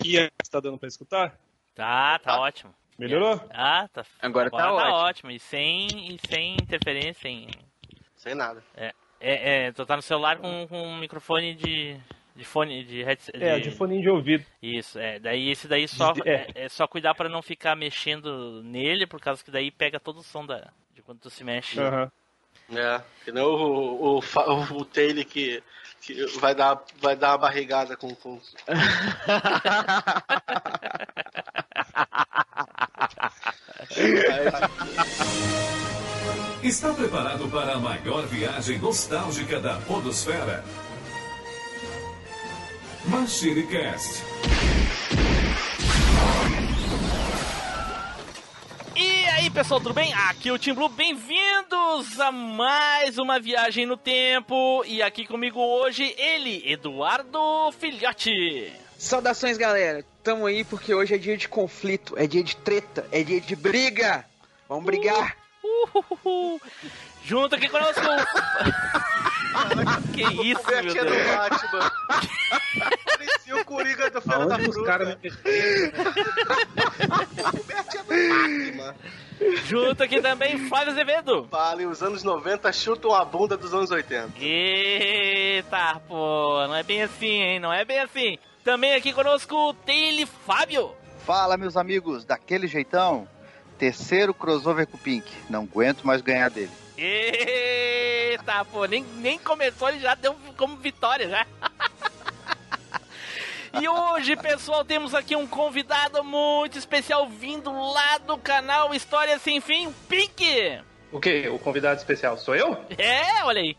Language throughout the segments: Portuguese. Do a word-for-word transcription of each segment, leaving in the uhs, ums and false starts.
aqui, tá dando pra escutar? Tá, tá, tá. Ótimo. Melhorou? Ah, tá. Agora, Agora tá, tá ótimo. ótimo. E sem, e sem interferência, sem... Sem nada. É, é, é tu tá no celular com, com um microfone de... De fone, de headset. É, de, de fone de ouvido. Isso, é. Daí esse daí só é. É, é só cuidar pra não ficar mexendo nele, por causa que daí pega todo o som da, de quando tu se mexe. Uhum. É, que não o, o, o, o Taylor que, que vai, dar, vai dar uma barrigada com... com... Está preparado para a maior viagem nostálgica da podosfera? MachineCast. E aí, pessoal, tudo bem? Aqui é o Tim Blue, bem-vindos a mais uma viagem no tempo. E aqui comigo hoje, ele, Eduardo Filhote. Saudações, galera. Tamo aí porque hoje é dia de conflito, é dia de treta, é dia de briga. Vamos brigar. Uh, uh, uh, uh. Junto aqui conosco. Que isso, o meu Deus. Do Batman. Parecia o Coringa do Fera da Fruta. Cara me o Bertinho do Batman. Junto aqui também, Flávio Azevedo. Vale, os anos noventa chutam a bunda dos anos oitenta. Eita, pô, não é bem assim, hein? Não é bem assim. Também aqui conosco o Taylor Fábio. Fala, meus amigos, daquele jeitão. Terceiro crossover com o Pink. Não aguento mais ganhar dele. Eita, pô, nem, nem começou, ele já deu como vitória, já. E hoje, pessoal, temos aqui um convidado muito especial vindo lá do canal História Sem Fim, Pink. O quê? O convidado especial sou eu? É, olha aí.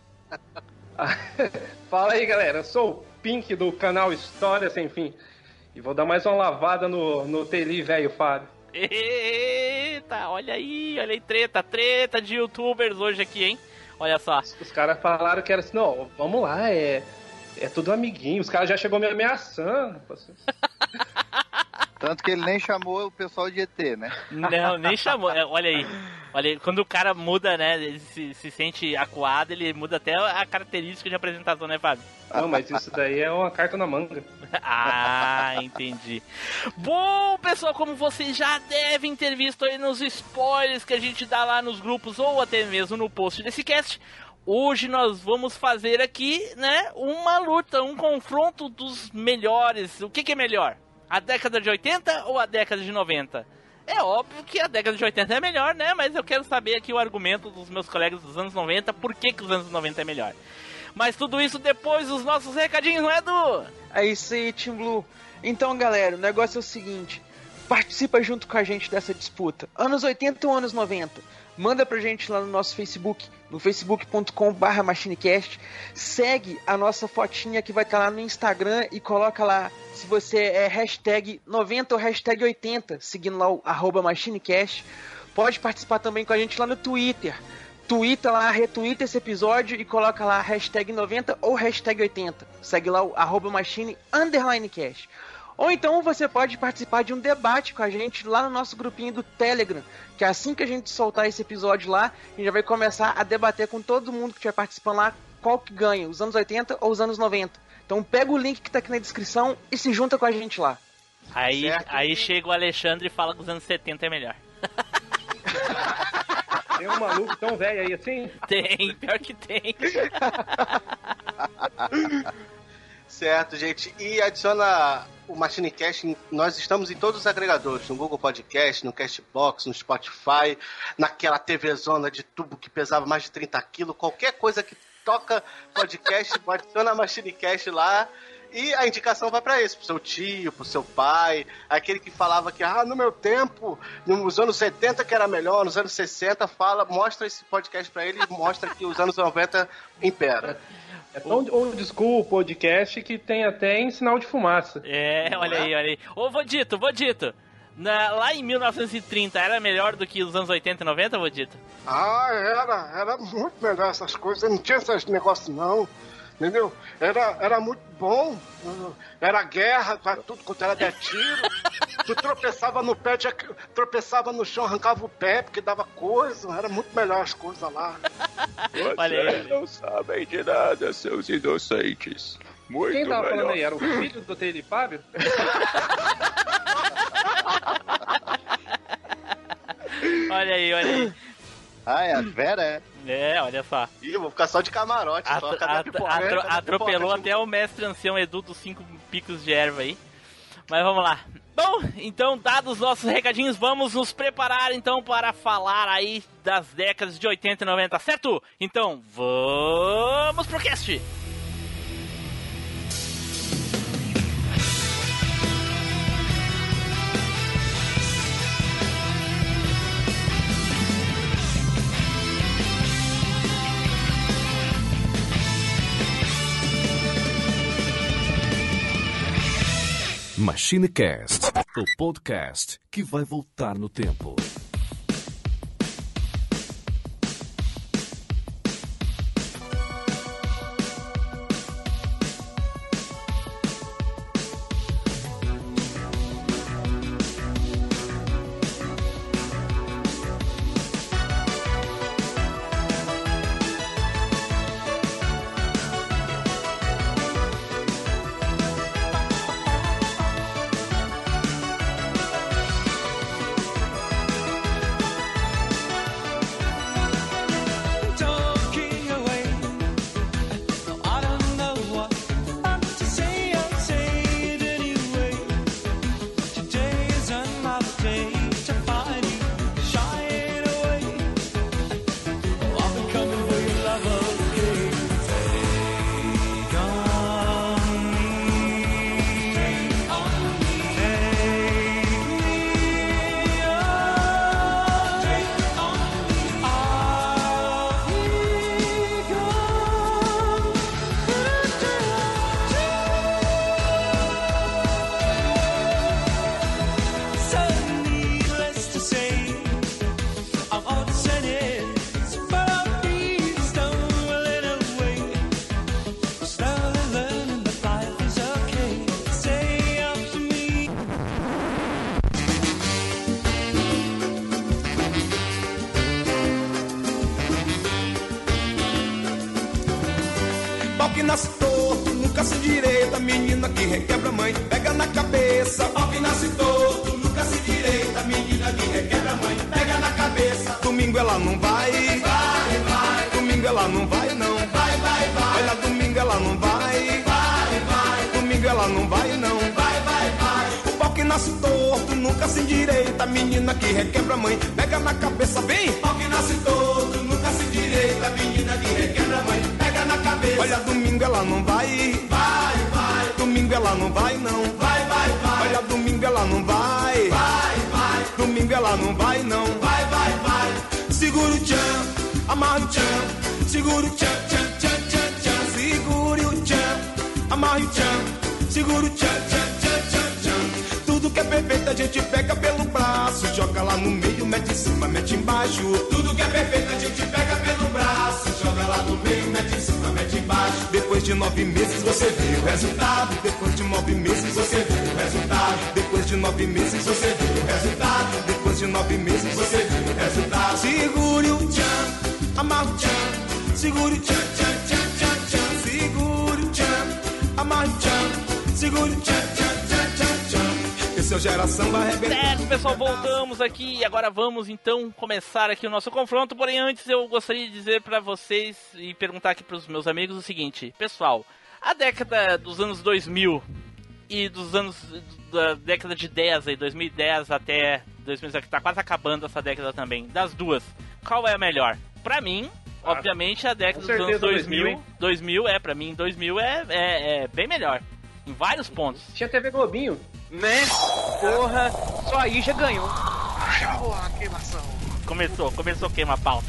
Fala aí, galera, eu sou o Pink do canal História Sem Fim. E vou dar mais uma lavada no, no Teli, velho, Fábio. Eita, olha aí, olha aí, treta, treta de youtubers hoje aqui, hein? Olha só. Os, os caras falaram que era assim, não, vamos lá, é, é tudo amiguinho. Os caras já chegou me ameaçando. Tanto que ele nem chamou o pessoal de E T, né? Não, nem chamou. Olha aí. Olha aí, quando o cara muda, né, ele se, se sente acuado, ele muda até a característica de apresentação, né, Fábio? Não, mas isso daí é uma carta na manga. Ah, entendi. Bom, pessoal, como vocês já devem ter visto aí nos spoilers que a gente dá lá nos grupos ou até mesmo no post desse cast, hoje nós vamos fazer aqui, né, uma luta, um confronto dos melhores. O que, que é melhor? A década de oitenta ou a década de noventa? É óbvio que a década de oitenta é melhor, né? Mas eu quero saber aqui o argumento dos meus colegas dos anos noventa, por que, que os anos noventa é melhor. Mas tudo isso depois dos nossos recadinhos, não é, Edu? É isso aí, Team Blue. Então, galera, o negócio é o seguinte. Participa junto com a gente dessa disputa. Anos oitenta ou anos noventa? Manda pra gente lá no nosso Facebook, no facebook ponto com barra machinecast. Segue a nossa fotinha que vai estar lá no Instagram e coloca lá se você é hashtag noventa ou hashtag oitenta, seguindo lá o arroba machinecast. Pode participar também com a gente lá no Twitter. Twitter lá, retweeta esse episódio e coloca lá hashtag noventa ou hashtag oitenta. Segue lá o arroba machine underline cast. Ou então você pode participar de um debate com a gente lá no nosso grupinho do Telegram, que assim que a gente soltar esse episódio lá, a gente já vai começar a debater com todo mundo que estiver participando lá qual que ganha, os anos oitenta ou os anos noventa. Então pega o link que tá aqui na descrição e se junta com a gente lá. Aí, aí chega o Alexandre e fala que os anos setenta é melhor. Tem um maluco tão velho aí assim? Tem, pior que tem. Certo, gente. E adiciona o MachineCast, nós estamos em todos os agregadores, no Google Podcast, no Castbox, no Spotify, naquela TVzona de tubo que pesava mais de trinta quilos, qualquer coisa que toca podcast, adiciona a MachineCast lá. E a indicação vai pra esse, pro seu tio, pro seu pai, aquele que falava que, ah, no meu tempo, nos anos setenta que era melhor, nos anos sessenta, fala, mostra esse podcast pra ele e mostra que os anos noventa impera. É tão old school o podcast que tem até em sinal de fumaça. É, olha aí, olha aí. Ô, Vodito, Vodito, na, lá em mil novecentos e trinta era melhor do que os anos oitenta e noventa, Vodito? Ah, era, era muito melhor essas coisas, não tinha esses negócios não. Entendeu? Era, era muito bom. Era guerra, tudo quanto era de tiro. Tu tropeçava no pé, tinha, tropeçava no chão, arrancava o pé, porque dava coisa. Era muito melhor as coisas lá. Vocês não sabem de nada, seus inocentes. Muito Quem tava melhor. falando aí? Era o filho do Tele Fábio? Olha aí, olha aí. Ah, é a Vera, é? É, olha só. Ih, vou ficar só de camarote. Atro só. Cadê a pipoca? atro Cadê a atropelou pipoca? até o mestre ancião Edu dos cinco picos de erva aí. Mas vamos lá. Bom, então, dados os nossos recadinhos, vamos nos preparar então para falar aí das décadas de oitenta e noventa, certo? Então, vamos pro cast! MachineCast, o podcast que vai voltar no tempo. Que nasce torto, nunca se direita, menina que requebra mãe, pega na cabeça. Pau que nasce torto, nunca se direita, menina que requebra mãe, pega na cabeça. Domingo ela não vai, vai, vai. Domingo ela não vai não, vai, vai, vai. Olha, domingo ela não vai, vai, vai. Domingo ela não vai não, vai, vai, vai. O pau que nasce torto, nunca se direita, menina que requebra mãe, pega na cabeça, vem. Pau que nasce torto, nunca se direita, menina que requebra mãe, pega na cabeça. Olha, domingo ela não vai, vai, vai. Domingo ela não vai não, vai, vai, vai. Olha, domingo ela não vai, vai, vai. Domingo ela não vai não, vai, vai, vai. Segura o tchan, amarra o tchan, segura o tchan, tchan, tchan, tchan, tchan. Segure o tchan, amarra o tchan, segura o tchan, tchan, tchan, tchan, tchan. Tudo que é perfeito a gente pega pelo braço, joga lá no meio, mete em cima, mete embaixo. Tudo que é perfeito a gente pega pelo braço, joga lá no meio, mete em cima, mete embaixo. Depois de nove meses você vê o resultado. Depois de nove meses você vê o resultado. Depois de nove meses você vê o resultado. Depois de nove meses você vê o resultado. Segure o tchan, amarra o tchan, segure o tchan, tchan, tchan, tchan, tchan. Segure o tchan, amarra o tchan, segure o tchan, tchan, tchan, tchan, tchan. Esse é o Geração vai arrebentar. Certo, pessoal, voltamos aqui e agora vamos então começar aqui o nosso confronto. Porém, antes eu gostaria de dizer pra vocês e perguntar aqui pros meus amigos o seguinte: pessoal, a década dos anos dois mil e dos anos da década de dez aí, dois mil e dez até dois mil, que tá quase acabando essa década também, das duas, qual é a melhor? Pra mim, ah, obviamente a década dos anos dois mil, dois mil é, pra mim dois mil é, é, é bem melhor, em vários pontos. Tinha T V Globinho, né? Porra, só aí já ganhou. Porra, queimação. Começou, começou a queimar a pauta.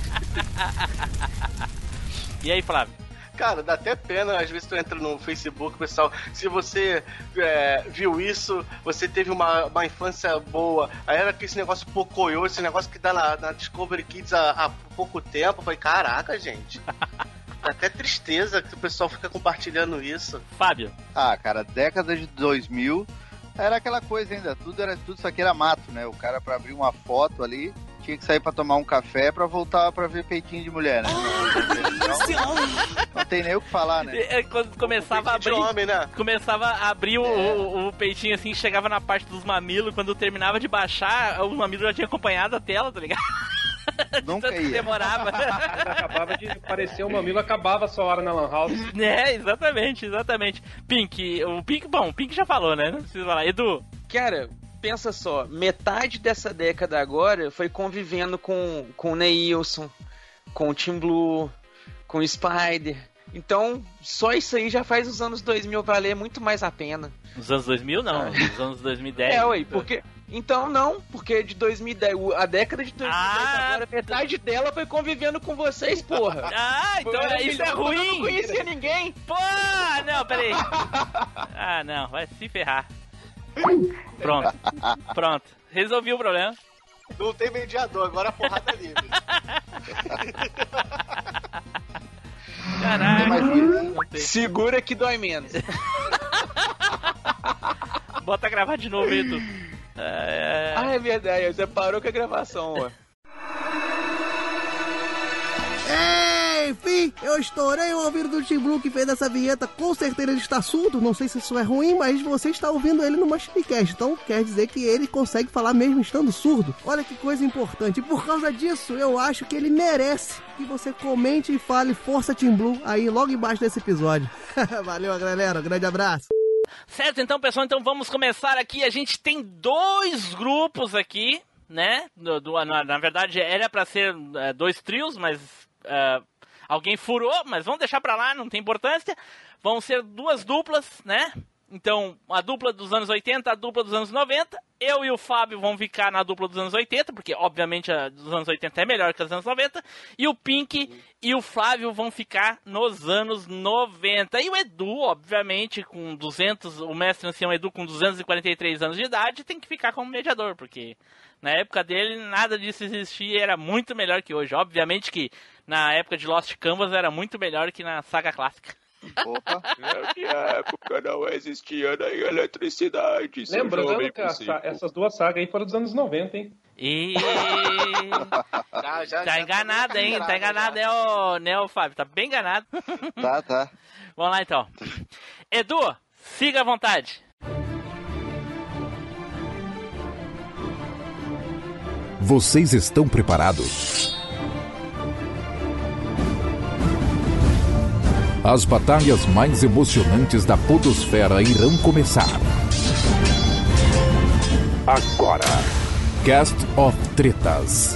E aí, Flávio? Cara, dá até pena, às vezes tu entra no Facebook, pessoal, se você é, viu isso, você teve uma, uma infância boa, aí era aquele negócio Pocoyo, esse negócio que dá na, na Discovery Kids há, há pouco tempo, eu falei, caraca, gente, dá até tristeza que o pessoal fica compartilhando isso. Fábio? Ah, cara, década de dois mil era aquela coisa ainda, tudo era tudo isso aqui era mato, né? O cara pra abrir uma foto ali tinha que sair pra tomar um café pra voltar pra ver peitinho de mulher, né? Então, tem nem o que falar, né? É, quando começava a abrir, homem, né? começava a abrir o, é. o, o peitinho assim, chegava na parte dos mamilos, quando terminava de baixar, o mamilo já tinha acompanhado a tela, tá ligado? Nunca ia. Demorava. Acabava de aparecer o mamilo, acabava a sua hora na Lan House. É, exatamente, exatamente. Pink, o Pink, bom, o Pink já falou, né? Não precisa falar. Edu? Cara, pensa só, metade dessa década agora foi convivendo com, com o Neilson, com o Team Blue, com o Spider. Então, só isso aí já faz os anos dois mil valer muito mais a pena. Os anos dois mil não, os anos dois mil e dez. É, ué, porque... Então não, porque de dois mil e dez, a década de dois mil e dez ah, agora, metade dela foi convivendo com vocês, porra. Ah, então foi isso é ruim. Eu não conhecia ninguém. Pô, não, peraí. Ah, não, vai se ferrar. Pronto, pronto. Resolvi o problema. Não tem mediador, agora a porrada livre. Caraca. Segura que dói menos. Bota a gravar de novo, Edu. É... Ah, é verdade, você parou com a gravação, ó. Enfim, eu estourei o ouvido do Team Blue que fez essa vinheta. Com certeza ele está surdo, não sei se isso é ruim, mas você está ouvindo ele no Machinecast, então quer dizer que ele consegue falar mesmo estando surdo. Olha que coisa importante, e por causa disso eu acho que ele merece que você comente e fale Força Team Blue aí logo embaixo desse episódio. Valeu, galera, um grande abraço. Certo, então, pessoal, então vamos começar aqui. A gente tem dois grupos aqui, né? Do, do, na, na verdade, era pra ser uh, dois trios, mas uh, alguém furou, mas vamos deixar pra lá, não tem importância. Vão ser duas duplas, né? Então, a dupla dos anos oitenta, a dupla dos anos noventa. Eu e o Fábio vão ficar na dupla dos anos oitenta, porque, obviamente, a dos anos oitenta é melhor que a dos anos noventa. E o Pink e o Flávio vão ficar nos anos noventa. E o Edu, obviamente, com duzentos... O mestre ancião Edu, com duzentos e quarenta e três anos de idade, tem que ficar como mediador, porque na época dele, nada disso existia e era muito melhor que hoje. Obviamente que na época de Lost Canvas era muito melhor que na saga clássica. Opa, na minha época não existia nem eletricidade. Lembrando que essa, essas duas sagas aí foram dos anos noventa, hein? E... já, já, tá já enganado, tá hein? Tá enganado, né, o, né, o Fábio? Tá bem enganado. Tá, tá. Vamos lá, então. Edu, siga à vontade. Vocês estão preparados? As batalhas mais emocionantes da podosfera irão começar. Agora. Cast of Tretas.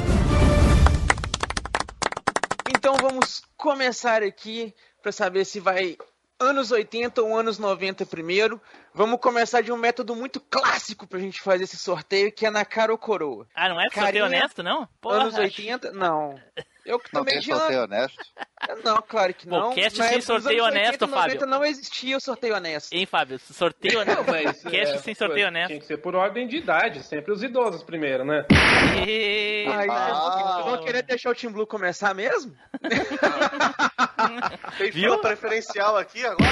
Então vamos começar aqui para saber se vai anos oitenta ou anos noventa primeiro. Vamos começar de um método muito clássico pra gente fazer esse sorteio, que é na cara ou coroa. Ah, não é Carinha, sorteio honesto, não? Porra. Anos oitenta? Não. Eu que tô Não tem mediando. sorteio honesto? Não, claro que não. Pô, cast Na sem época dos sorteio anos honesto, oitenta, noventa Fábio. não existia o sorteio honesto. Hein, Fábio? Sorteio honesto. Não, mas, Cast é, sem sorteio honesto. Tinha que ser por ordem de idade, sempre os idosos primeiro, né? E... Ai, Ah. vocês vão querer deixar o Team Blue começar mesmo? Tem Viu? fila preferencial aqui agora?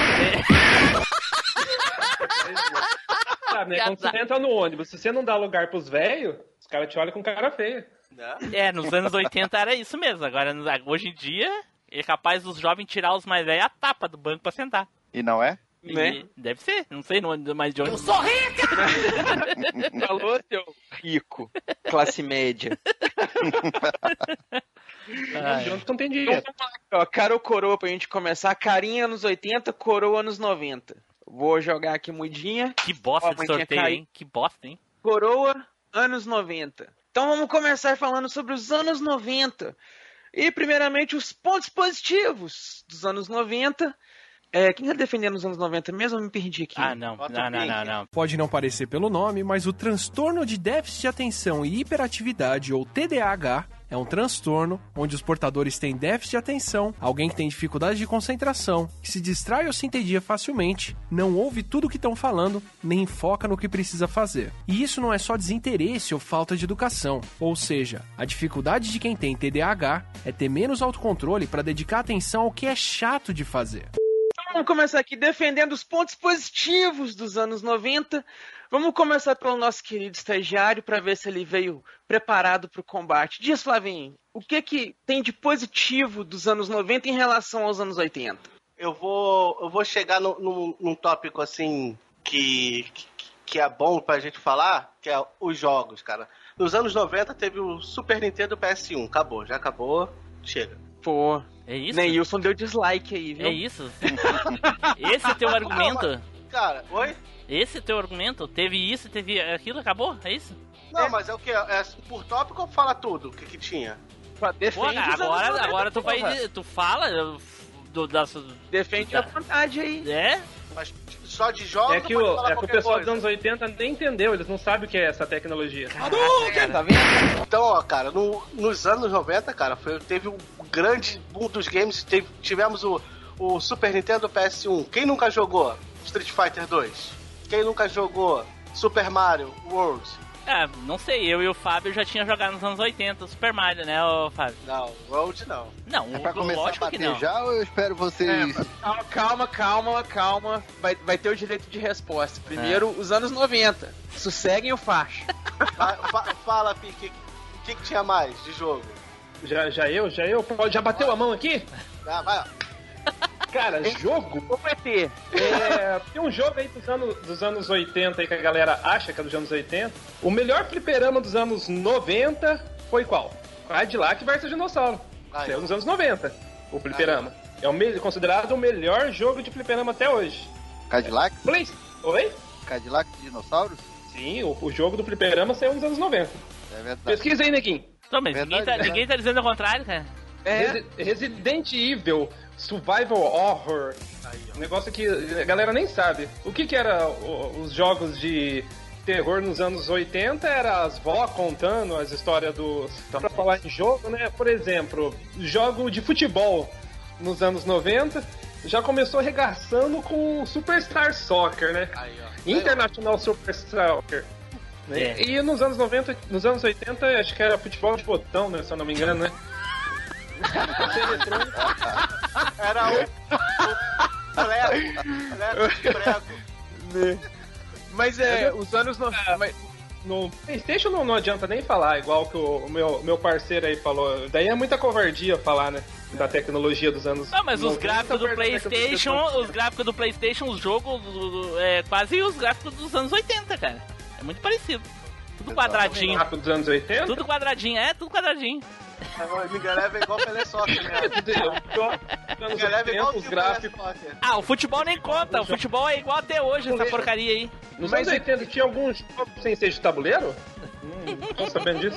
Sabe, né? Quando você entra no ônibus, se você não dá lugar pros velhos, os caras te olham com cara feia. É, nos anos oitenta era isso mesmo. Agora, hoje em dia, é capaz dos jovens tirar os mais velhos a tapa do banco pra sentar. E não é? E Né? deve ser, não sei no mais de onde. Eu sou rica! Falou, seu rico. Classe média. Ai. De onde não tem dinheiro? Ó, cara ou coroa pra gente começar. Carinha anos oitenta, coroa anos noventa. Vou jogar aqui mudinha. Que bosta Ó, de mas sorteio, tinha caído. hein? Que bosta, hein? Coroa anos noventa. Então vamos começar falando sobre os anos noventa. E primeiramente os pontos positivos dos anos noventa. É, quem tá defendendo os anos noventa mesmo? Eu me perdi aqui. Ah, não. Não, não, não, não. Pode não parecer pelo nome, mas o transtorno de déficit de atenção e hiperatividade, ou T D A H, é um transtorno onde os portadores têm déficit de atenção, alguém que tem dificuldade de concentração, que se distrai ou se entedia facilmente, não ouve tudo o que estão falando, nem foca no que precisa fazer. E isso não é só desinteresse ou falta de educação, ou seja, a dificuldade de quem tem T D A H é ter menos autocontrole para dedicar atenção ao que é chato de fazer. Vamos começar aqui defendendo os pontos positivos dos anos noventa. Vamos começar pelo nosso querido estagiário para ver se ele veio preparado para o combate. Diz, Flavinho, o que que tem de positivo dos anos noventa em relação aos anos oitenta? eu vou, eu vou chegar no, no, num tópico assim que, que, que é bom pra gente falar, que é os jogos, cara. Nos anos noventa teve o Super Nintendo P S um. Acabou, já acabou. Chega. Pô, é isso? Neilson deu dislike aí, viu? É isso? Esse é teu argumento? Não, mas, cara, oi? Esse é teu argumento? Teve isso, teve aquilo, acabou? É isso? Não, é. mas é o que? É por tópico ou fala tudo o que, que tinha? Defende Pô, agora, agora, agora tu vai. Tu fala do, das, defende da... a vontade aí. É? Mas só de jogos. É que o, é que o pessoal coisa. dos anos oitenta nem entendeu, eles não sabem o que é essa tecnologia. Caraca, tá vendo? Então, ó, cara, no, nos anos noventa, cara, foi, teve um grande boom dos games. Teve, tivemos o, o Super Nintendo P S um. Quem nunca jogou Street Fighter dois? Quem nunca jogou Super Mario World? Ah, não sei, eu e o Fábio já tinha jogado nos anos oitenta Super Mario, né, ô Fábio? Não, World não. Não, é pra começar lógico a bater que não. já ou eu espero vocês... É, calma, calma, calma. Vai, vai ter o direito de resposta. Primeiro, é. os anos noventa. Sosseguem o faixa. Fala, Pique, o que, que tinha mais de jogo? Já, já eu? Já eu? Já bateu a mão aqui? Ah, vai, ó. Cara, jogo? Como é ter? É, tem um jogo aí dos anos, dos anos oitenta aí que a galera acha que é dos anos oitenta. O melhor fliperama dos anos noventa foi qual? Cadillac versus Dinossauro. Saiu nos anos noventa, o fliperama. É o me- considerado o melhor jogo de fliperama até hoje. Cadillac? Play... Oi? Cadillac de dinossauros? Sim, o, o jogo do fliperama saiu nos anos noventa. É verdade. Pesquisa aí, Neguinho. Não, mas verdade, ninguém, tá, ninguém tá dizendo o contrário, cara. É. Resi- Resident Evil Survival Horror. Um negócio que a galera nem sabe. O que que era o, os jogos de terror nos anos oitenta? Era as vó contando as histórias dos... Pra falar em jogo, né? Por exemplo, jogo de futebol nos anos noventa já começou arregaçando com Superstar Soccer, né? Aí, ó. International Superstar Soccer. Né? É. E nos anos noventa, nos anos oitenta, acho que era futebol de botão, né? Se eu não me engano, né? Era o, o prego, prego. Mas é, os anos noventa. Mas... No PlayStation não, não adianta nem falar, igual que o, o meu, meu parceiro aí falou. Daí é muita covardia falar, né? Da tecnologia dos anos. Não, mas os gráficos do PlayStation, os gráficos do PlayStation, os jogos, do, do, é quase os gráficos dos anos oitenta, cara. É muito parecido. Tudo quadradinho. Gráfico dos anos oitenta? Tudo quadradinho, é, tudo quadradinho. O Miguel é igual o Pelé Soccer, né? O Miguel é igual os gráficos. Ah, o futebol nem conta. O futebol é igual até hoje, essa porcaria aí. Nos anos oitenta tinha alguns jogos sem ser de tabuleiro? Hum, tô sabendo disso.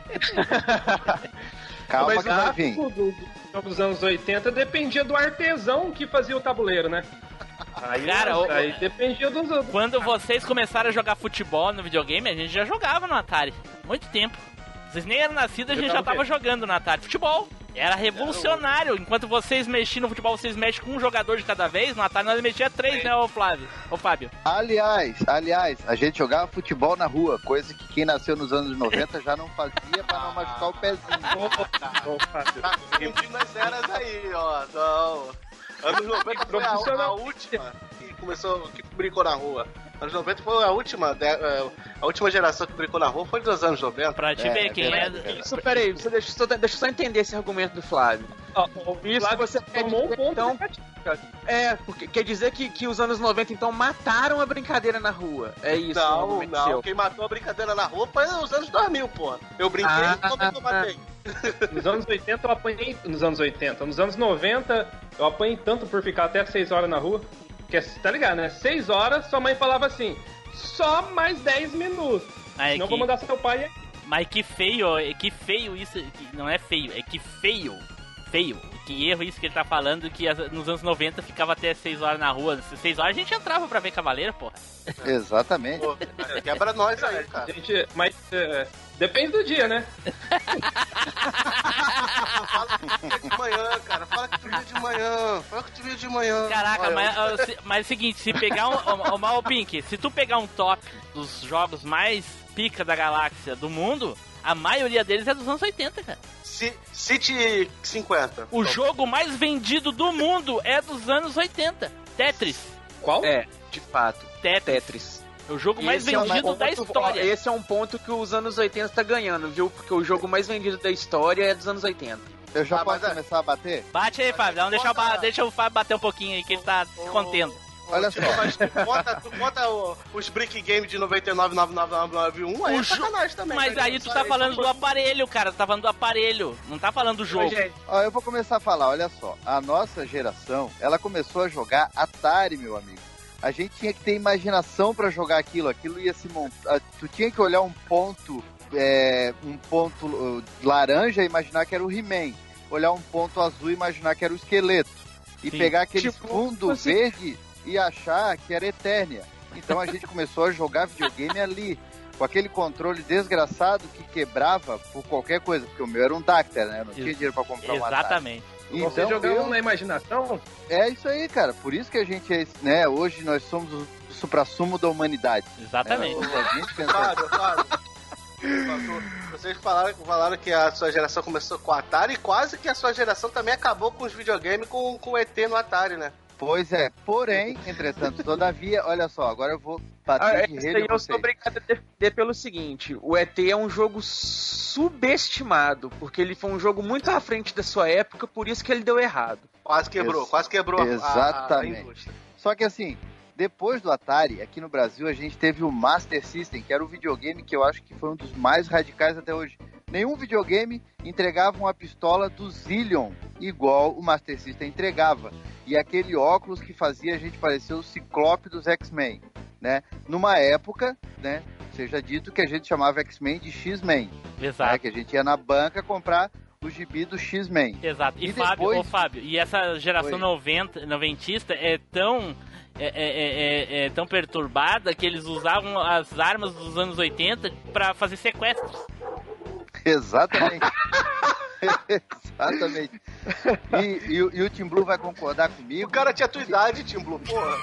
Calma, mas que vai vir. O do, do, dos anos oitenta dependia do artesão que fazia o tabuleiro, né? Aí, cara, aí o... dependia dos outros. Quando vocês começaram a jogar futebol no videogame, a gente já jogava no Atari. Muito tempo. Vocês nem eram nascidos, a gente já tava jogando no Atari. Futebol. Era revolucionário. Enquanto vocês mexiam no futebol, vocês mexem com um jogador de cada vez. No Atari nós mexia três, né, ô Flávio? Ô Fábio. Aliás, aliás, a gente jogava futebol na rua, coisa que quem nasceu nos anos noventa já não fazia pra não machucar o pezinho. Tá confundindo as eras aí, ó. Não. Anos noventa foi a, a última que começou, que brincou na rua. Anos noventa foi a última, a última geração que brincou na rua foi dos anos noventa. Pra te ver quem é. Isso, peraí, você deixa, só, deixa eu só entender esse argumento do Flávio. Oh, Isso Flávio você tomou um ponto. Então, é, porque quer dizer que, que os anos noventa então mataram a brincadeira na rua. É isso. Não, não. Seu. Quem matou a brincadeira na rua foi os anos dois mil, pô. Eu brinquei ah, e como é que eu matei? Nos anos oitenta eu apanhei. Nos anos oitenta. Nos anos noventa eu apanhei tanto por ficar até seis horas na rua. Que, tá ligado, né? seis horas, sua mãe falava assim, só mais dez minutos. Ah, é senão que... vou mandar seu pai. Mas que feio, é que feio isso. Não é feio, é que feio. Feio. Que erro isso que ele tá falando, que nos anos noventa ficava até seis horas na rua. seis horas a gente entrava pra ver cavaleiro, porra. Exatamente. Pô, quebra nós aí, cara. Gente, mas é, depende do dia, né? Fala que tu de manhã, cara. Fala que tu veio de manhã. Fala que tu veio de manhã. Caraca, Olha, mas, eu... se, mas é o seguinte, se pegar um... O Mal Pink, se tu pegar um top dos jogos mais pica da galáxia do mundo, a maioria deles é dos anos oitenta, cara. City cinquenta. O jogo mais vendido do mundo é dos anos oitenta. Tetris. Qual? É, de fato. Tetris. Tetris. É o jogo mais esse vendido é um da ponto, história. Esse é um ponto que os anos oitenta tá ganhando, viu? Porque o jogo mais vendido da história é dos anos oitenta. Eu já Ah, posso mas é- começar a bater? Bate aí, Fábio. Não, deixa, o ba- deixa o Fábio bater um pouquinho aí, que ele tá se contendo. Olha Tipo, só. mas tu bota, tu bota o- os Brick Game de noventa e nove, nove nove nove nove um, aí O é jo- sacanagem também. Mas né? aí tu Só tá aí, falando só- do aparelho, cara. Tu tá falando do aparelho. Não tá falando do jogo. Ó, eu vou começar a falar, olha só. A nossa geração, ela começou a jogar Atari, meu amigo. A gente tinha que ter imaginação pra jogar aquilo. Aquilo ia se montar. Tu tinha que olhar um ponto, é, um ponto uh, laranja e imaginar que era o He-Man. Olhar um ponto azul e imaginar que era o esqueleto. E Sim. pegar aquele Tipo, fundo você- verde e achar que era Eternia. Então a gente começou a jogar videogame ali. Com aquele controle desgraçado que quebrava por qualquer coisa. Porque o meu era um Dactyl, né? Eu não tinha dinheiro pra comprar um Atari. Exatamente. Então, Você jogava eu- na imaginação? É isso aí, cara. Por isso que a gente é, né, hoje nós somos o suprassumo da humanidade. Exatamente. É, a gente pensa... Fábio, Fábio. Fábio, Vocês falaram, falaram que a sua geração começou com o Atari e quase que a sua geração também acabou com os videogames com, com o E T no Atari, né? Pois é, porém, entretanto, todavia, olha só, agora eu vou bater Ah, de esse rede aí em eu sou vocês. obrigado a defender pelo seguinte: o E T é um jogo subestimado, porque ele foi um jogo muito à frente da sua época, por isso que ele deu errado. Quase quebrou, Ex- quase quebrou a- a, a Exatamente. indústria. Só que assim, depois do Atari, aqui no Brasil, a gente teve o Master System, que era o videogame que eu acho que foi um dos mais radicais até hoje. Nenhum videogame entregava uma pistola do Zillion igual o Master System entregava. E aquele óculos que fazia a gente parecer o Ciclope dos X-Men, né? Numa época, né, seja dito que a gente chamava X-Men de X-Men. Exato. Né, que a gente ia na banca comprar o gibi do X-Men. Exato. E, E Fábio, depois- ô, Fábio, e essa geração Oi. noventa, noventista é tão. É, é- é- é tão perturbada que eles usavam as armas dos anos oitenta pra fazer sequestros. Exatamente. Exatamente. E, e o- e o Tim Blue vai concordar comigo. O cara tinha a tua idade, Tim Blue, porra.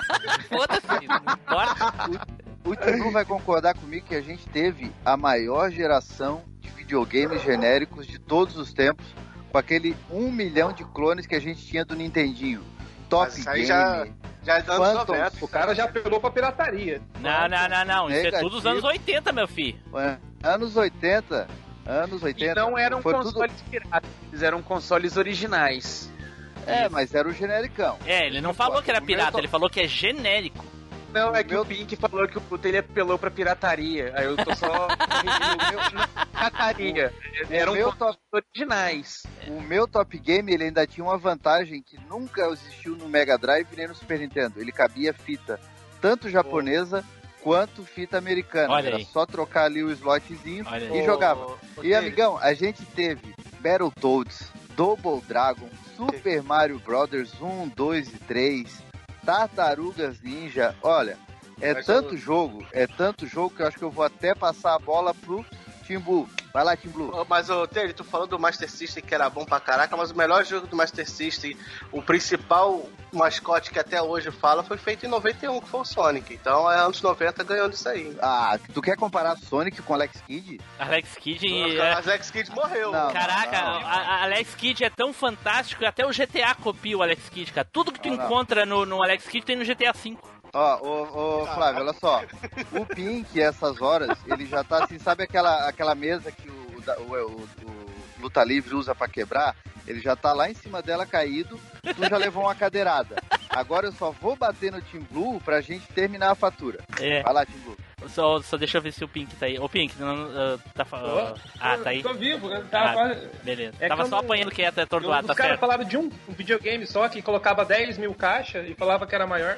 Foda-se, não importa. O Tim Blue vai concordar comigo que a gente teve a maior geração de videogames genéricos de todos os tempos, com aquele um milhão de clones que a gente tinha do Nintendinho. Top Mas isso aí Game. já- já é dos anos Phantom, noventa. O cara já apelou pra pirataria. Não, não, não, não. Isso é Negativo. tudo dos anos oitenta, meu filho. É, anos oitenta. Anos E oitenta. não eram Foi consoles tudo... piratas, eles eram consoles originais. É, mas era o genericão. É, ele não falou que era pirata, ele falou que é genérico. Não, é que o Pink falou que o puto ele apelou pra pirataria. Aí eu tô só corrigindo o meu. Não, pirataria. Eram meu consoles originais. O meu Top Game, ele ainda tinha uma vantagem que nunca existiu no Mega Drive nem no Super Nintendo. Ele cabia fita, tanto japonesa quanto fita americana. Olha Era aí. só trocar ali o slotzinho Olha e aí. jogava. Ô, ô, E, David, amigão, a gente teve Battletoads, Double Dragon, Super Mario Brothers um, dois e três, Tartarugas Ninja. Olha, é Mas tanto eu- jogo, é tanto jogo que eu acho que eu vou até passar a bola pro Tim Blue. Vai lá, Tim Blue. Ô, Mas, ô, Terry, tu falou do Master System que era bom pra caraca, mas o melhor jogo do Master System, o principal mascote que até hoje fala, foi feito em noventa e um, que foi o Sonic. Então, é anos noventa ganhando isso aí. Ah, tu quer comparar Sonic com Alex Kidd? Alex Kidd. O é- Alex Kidd morreu. Não. Caraca, não. a, a Alex Kidd é tão fantástico que até o G T A copia o Alex Kidd, cara. Tudo que tu Não, não. encontra no, no Alex Kidd tem no G T A cinco. Ó, ô, ô, Flávio, olha só. O Pink, essas horas, ele já tá assim, sabe aquela, aquela mesa que o, da- o, o- o Luta Livre usa pra quebrar? Ele já tá lá em cima dela caído, tu já levou uma cadeirada. Agora eu só vou bater no Team Blue pra gente terminar a fatura. É. Vai lá, Team Blue. Só, só deixa eu ver se o Pink tá aí. Ô, Pink, não, ah, tá falando. Ah, tá aí? Tô vivo, né? Tava Ah, quase- beleza. É Tava que só eu não- apanhando quieto, é atordoado, Os tá caras certo. falaram de um videogame só que colocava dez mil caixas e falava que era maior.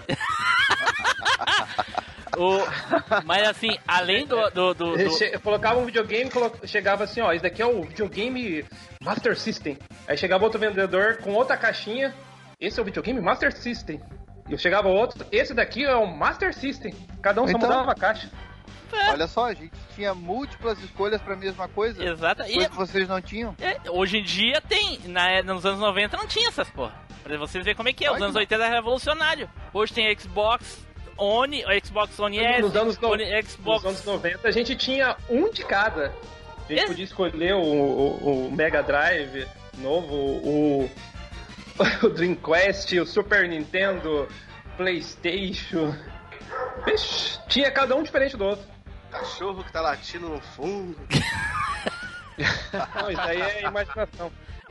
O, mas assim, além do. do, do, do- Che- colocava um videogame e colo- chegava assim, ó, esse daqui é o videogame Master System. Aí chegava outro vendedor com outra caixinha, esse é o videogame Master System. E eu chegava outro, esse daqui é o Master System. Cada um só Então- mudava a caixa. Olha só, a gente tinha múltiplas escolhas pra mesma coisa. Exato. E Coisa que vocês não tinham. é, hoje em dia tem. Na, nos anos noventa não tinha essas porra. Pra vocês verem como é que é. Os Olha anos que- oitenta era revolucionário. Hoje tem Xbox One, o Xbox One S, Nos anos, no... One, Xbox. nos anos noventa a gente tinha um de cada. A gente É. podia escolher o, o- o Mega Drive novo, o, o Dreamcast, o Super Nintendo, PlayStation. Vixe, tinha cada um diferente do outro. Cachorro que tá latindo no fundo. Não, isso aí é imaginação.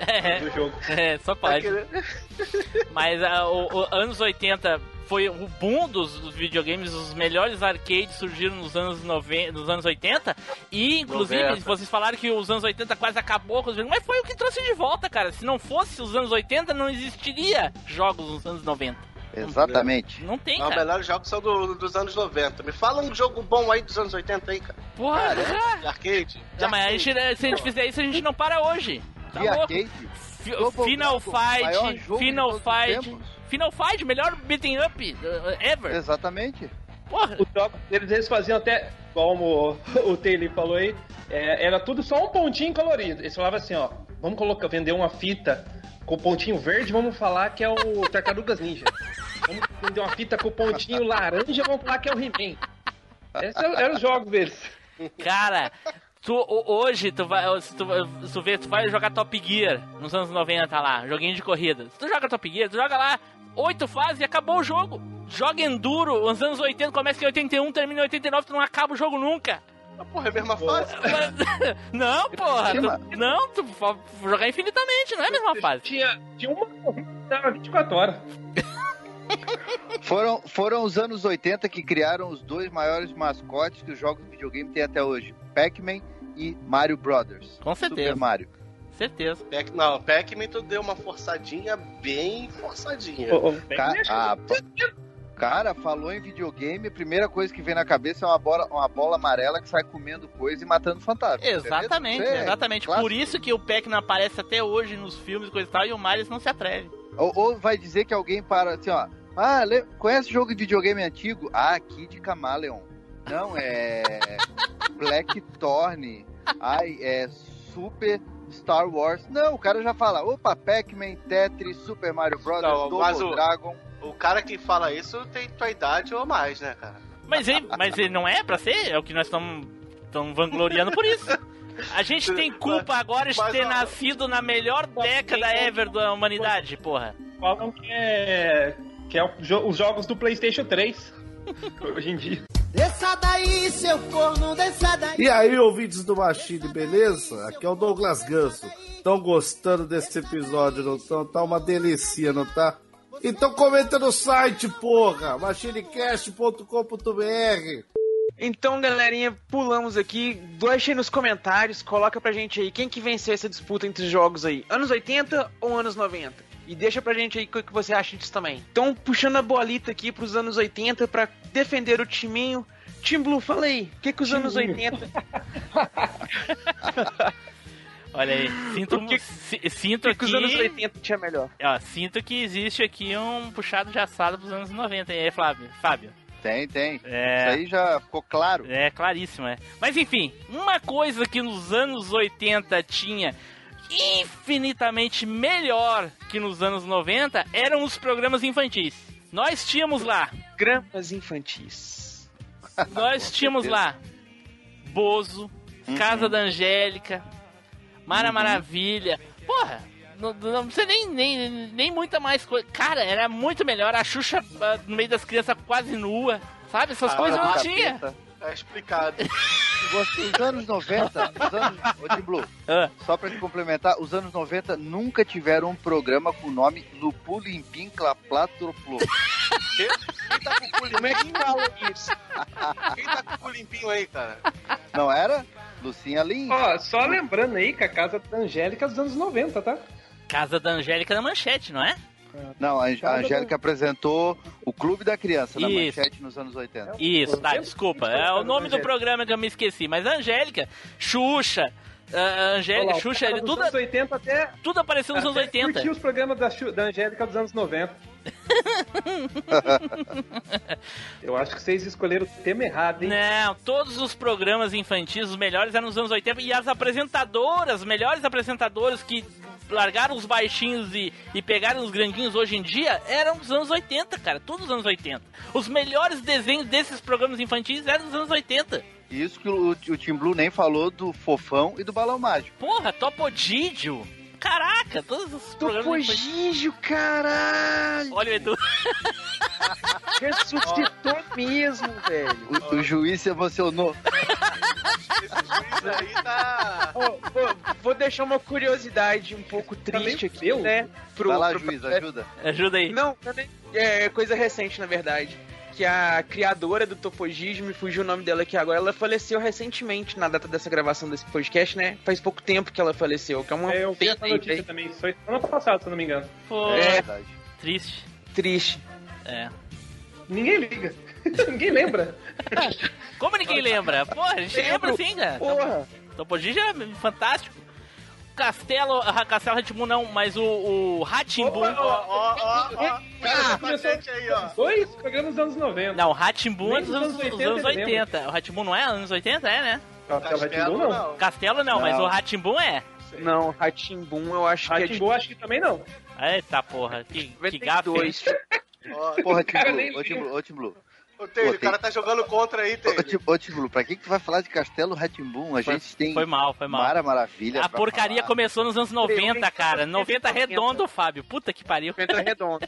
É, do jogo. É, só pode. Mas uh, o, o anos oitenta foi o boom dos, dos videogames, os melhores arcades surgiram nos anos noventa, nos anos oitenta, e inclusive noventa. Vocês falaram que os anos oitenta quase acabou com os videogames, mas foi o que trouxe de volta, cara. Se não fosse os anos oitenta, não existiria jogos nos anos noventa. Exatamente. Não tem, Não, cara. os melhores jogos são do, dos anos noventa. Me fala um jogo bom aí dos anos oitenta aí, cara. Porra, cara, já. De arcade. Não, mas a gente, se a gente fizer isso, a gente não para hoje. Tá de louco? arcade? F- Final Fight, Final Fight, Final Fight, melhor beating up uh, ever. Exatamente. Porra. Os jogos deles, eles faziam até, como o Taylor falou aí, é, era tudo só um pontinho colorido. Eles falavam assim, ó, vamos colocar, vender uma fita com pontinho verde, vamos falar que é o Tartarugas Ninja. Vamos vender uma fita com pontinho laranja, vamos falar que é o He-Man. Esses eram os jogos deles. Cara, tu, hoje, tu vai, se tu, se tu, vê, tu vai jogar Top Gear nos anos noventa lá, joguinho de corrida. Se tu joga Top Gear, tu joga lá oito fases e acabou o jogo. Joga Enduro, nos anos oitenta, começa em oitenta e um, termina em oitenta e nove, tu não acaba o jogo nunca. Porra, é a mesma fase? Não, porra. Tu, não, tu pode jogar infinitamente, não é a mesma fase. Tinha, tinha uma corrida vinte e quatro horas. Foram, foram os anos oitenta que criaram os dois maiores mascotes que os jogos de videogame têm até hoje. Pac-Man e Mario Brothers. Com certeza. Super Mario. Certeza. Pac, não, Pac-Man tu deu uma forçadinha bem forçadinha. Oh, oh, Ca ah, cara, falou em videogame, a primeira coisa que vem na cabeça é uma bola, uma bola amarela que sai comendo coisa e matando fantasmas. Exatamente, é exatamente. Clássico. Por isso que o Pac-Man aparece até hoje nos filmes e coisa e tal, e o Mario não se atreve. Ou, ou vai dizer que alguém para assim, ó. Ah, conhece jogo de videogame antigo? Ah, Kid Chameleon. Não, é Blackthorn. Ai, é Super Star Wars. Não, o cara já fala, opa, Pac-Man, Tetris, Super Mario Bros, não, Double o, Dragon. O cara que fala isso tem tua idade ou mais, né, cara? Mas ele, mas ele não é pra ser? É o que nós estamos vangloriando por isso. A gente tem culpa agora de ter nascido na melhor década ever da humanidade, porra. Falam que é... que é os jogos do PlayStation três, hoje em dia. Desça daí, seu corno, desça daí. E aí, ouvintes do Machine, beleza? Aqui é o Douglas Ganso. Estão gostando desse episódio, não estão? Tá uma delícia, não tá? Então comenta no site, porra! machinecast ponto com ponto b r. Então, galerinha, pulamos aqui. Deixem nos comentários, coloca pra gente aí quem que venceu essa disputa entre os jogos aí. Anos oitenta ou anos noventa? E deixa pra gente aí o que você acha disso também. Então, puxando a bolita aqui pros anos oitenta pra defender o timinho. Team Blue, fala aí, o que que os Team anos oitenta... Olha aí, sinto, que, sinto que, que os anos oitenta tinha melhor. Ó, sinto que existe aqui um puxado de assado pros anos noventa. E aí, Flávio? Fábio? Tem, tem. É... Isso aí já ficou claro. É, claríssimo, é. Mas enfim, uma coisa que nos anos oitenta tinha infinitamente melhor que nos anos noventa eram os programas infantis. Nós tínhamos lá... Programas infantis. Nós tínhamos lá Bozo, uhum. Casa da Angélica, Mara uhum. Maravilha. Porra, não, não precisa nem, nem, nem muita mais coisa. Cara, era muito melhor. A Xuxa uh, no meio das crianças quase nua. Sabe? Essas ah, coisas não tinha. É explicado. Os anos noventa, os anos... Ô, Tim Blue, ah. só pra te complementar, os anos noventa nunca tiveram um programa com o nome Lupulimpim Claplátroplo. Quem tá com o Pulimpim? Como é que fala isso? Quem tá com o Pulimpim aí, cara? Não era? Lucinha Lins. Ó, só lembrando aí que a Casa da Angélica é dos anos noventa, tá? Casa da Angélica na Manchete, não é? Não, a, a Angélica apresentou o Clube da Criança na Isso. Manchete nos anos oitenta. Isso, tá, desculpa. É o nome do programa que eu me esqueci. Mas a Angélica, Xuxa, a Angélica, Olá, Xuxa, tudo, anos oitenta até, tudo apareceu nos anos oitenta. Eu curti os programas da, da Angélica dos anos noventa. Eu acho que vocês escolheram o tema errado, hein? Não, todos os programas infantis, os melhores eram nos anos oitenta. E as apresentadoras, melhores apresentadoras que largaram os baixinhos e, e pegaram os grandinhos hoje em dia, eram dos anos oitenta, cara. Todos os anos oitenta. Os melhores desenhos desses programas infantis eram dos anos oitenta. Isso que o, o Team Blue nem falou do Fofão e do Balão Mágico. Porra, Topodídio. Caraca, todos os programas... Topodídio, caralho! Olha o Edu. Ressuscitou mesmo, velho. O, o juiz se emocionou. Esse juiz aí tá... Ó, vou, vou deixar uma curiosidade um pouco triste aqui, eu? né? Pro, Vai lá, pro- juiz, ajuda. Ajuda aí. Não, também é coisa recente, na verdade. Que a criadora do Topogismo, me fugiu o nome dela aqui agora, ela faleceu recentemente, na data dessa gravação desse podcast, né? Faz pouco tempo que ela faleceu, que é uma É, eu vi essa pena, notícia hein? também. Isso foi ano passado, se eu não me engano. Pô, É. Verdade. triste. Triste. É. Ninguém liga. Ninguém lembra. Como ninguém lembra? Porra, a gente lembra sim, cara. Porra! Topogismo é fantástico. Castelo, ah, Castelo Rá-Tim-Bum não, mas o, o Rá-Tim-Bum. Ó, ó, ó, ó. Cara, começou- patente aí, ó. Dois programas dos anos noventa. Não, o Rá-Tim-Bum é Nem dos dos anos, anos dos oitenta anos ele lembra. oitenta. O Rá-Tim-Bum não é anos oitenta? É, né? Castelo Rá-Tim-Bum Castelo, não. Castelo não, mas Não. o Rá-Tim-Bum é. Não, Rá-Tim-Bum eu acho que é de Rá-Tim-Bum acho que também não. Eita porra, que, que gafe. noventa e dois. Ó, Porra, Tim Cara, Blue, nem ô Tim Blue, ô Tim Blue. Ô, Taylor, Pô, o cara tá jogando contra aí, Ô, Taylor. Tim- Ô Tim Blue, pra que que tu vai falar de Castelo Rá-Tim-Bum? A Foi- gente tem Foi mal, foi mal. Mara Maravilha A pra porcaria falar. começou nos anos noventa, cara. noventa redondo, Fábio. Puta que pariu. Entra redondo.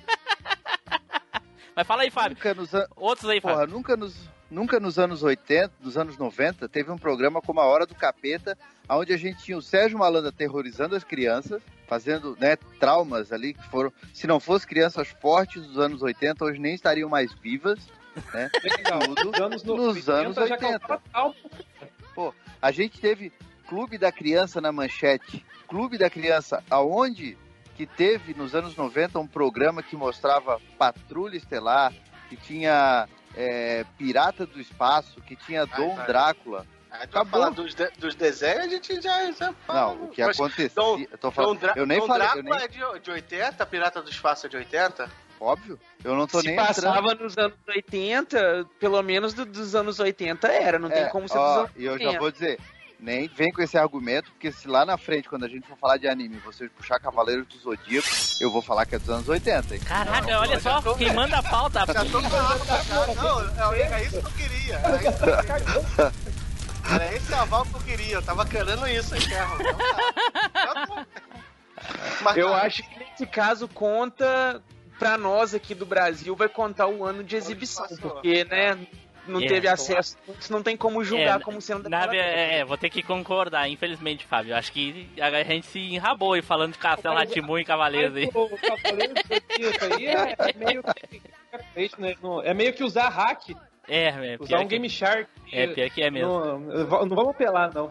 Mas fala aí, Fábio. Nunca nos, an- Outros aí, Fábio. porra, nunca nos, nunca nos anos oitenta, nos anos noventa, teve um programa como A Hora do Capeta, onde a gente tinha o Sérgio Malandro aterrorizando as crianças, fazendo, né, traumas ali que foram, se não fossem crianças fortes dos anos oitenta, hoje nem estariam mais vivas, né? Legal. Tudo Nos anos nos anos já oitenta. causava trauma. Pô, a gente teve Clube da Criança na Manchete. Clube da Criança, aonde que teve nos anos noventa um programa que mostrava Patrulha Estelar, que tinha é, Pirata do Espaço, que tinha Dom vai. Drácula. Aí tu vai Acabou. falar dos, de- dos desenhos, a gente já... já fala. Não, o que Mas acontecia... Dom- eu, tô falando, Dom Drá- eu nem Dom falei, eu Drácula nem, é de, de oitenta, Pirata do Espaço é de oitenta? óbvio, eu não tô Se nem passava entrando. nos anos oitenta, pelo menos do- dos anos oitenta era, não tem É, como ser ó, dos anos e eu já oitenta. vou dizer, nem vem com esse argumento, porque se lá na frente, quando a gente for falar de anime, vocês puxar Cavaleiros do Zodíaco, eu vou falar que é dos anos oitenta, hein? Caraca, olha só, quem manda a pauta. Já tô falando pra cara. Não, é, é isso que eu queria. Era isso que eu queria. Era esse aval que eu queria. Eu tava querendo isso, hein, Ferro? Então tá. Mas, Eu cara, acho que nesse caso conta, pra nós aqui do Brasil, vai contar o ano de exibição, porque, né, não É, teve acesso, não tem como julgar É, como sendo Na, daquela ve- é, é, vou ter que concordar, infelizmente, Fábio. Acho que a gente se enrabou aí falando de Castelo Rá-Tim-Bum e Cavaleiros aí. O Cavaleiro do Zodíaco aí é meio que, né, não- é meio que usar hack, É, é usar pior um que, Game Shark. é, pior que é mesmo. Não, não vamos apelar, não.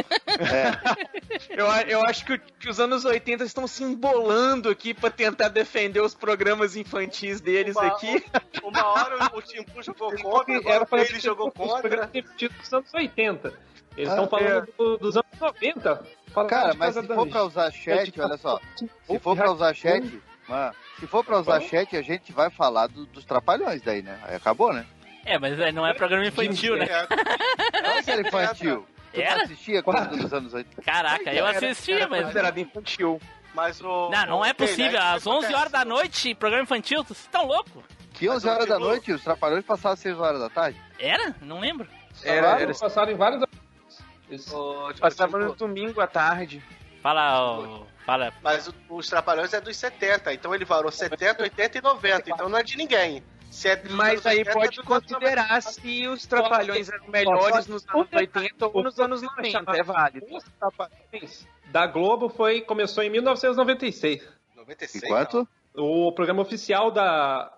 Eu, a- eu acho que, o- que os anos oitenta estão se embolando aqui pra tentar defender os programas infantis deles Uma- aqui. Uma hora o Tim Blue jogou contra, Era agora pra ele jogou contra. dos anos oitenta. Eles Ah, estão falando do- dos anos noventa. Falando Cara, de mas Casa se da for Anjo. pra usar chat, olha só, se for pra usar chat, mano, se for pra usar chat, a gente vai falar do- dos Trapalhões daí, né? Aí acabou, né? É, mas é, não é programa infantil, né? Claro que era infantil. Tu não Era? assistia coisa dos anos oitenta? Caraca, eu assistia, Era mas... considerado infantil. Mas o. Não, não é o Taylor, possível. aí o que Às onze horas da noite, programa infantil, vocês estão loucos? Que onze o horas da Timbu- noite, os Trapalhões passavam às seis horas da tarde? Era? Não lembro. Era, Passaram- era, Passaram em vários. Isso. O- passava o- no domingo à tarde. Fala, ó, fala. Mas o- os Trapalhões é dos setenta, então ele varou setenta, oitenta e noventa, então não é de ninguém. Se é dos Mas anos aí oitenta, pode é dos anos considerar se os Trapalhões eram melhores nos anos oitenta ou nos anos noventa, é válido. Os Trapalhões da Globo foi, começou em mil novecentos e noventa e seis. noventa e seis. E quanto? O programa oficial da,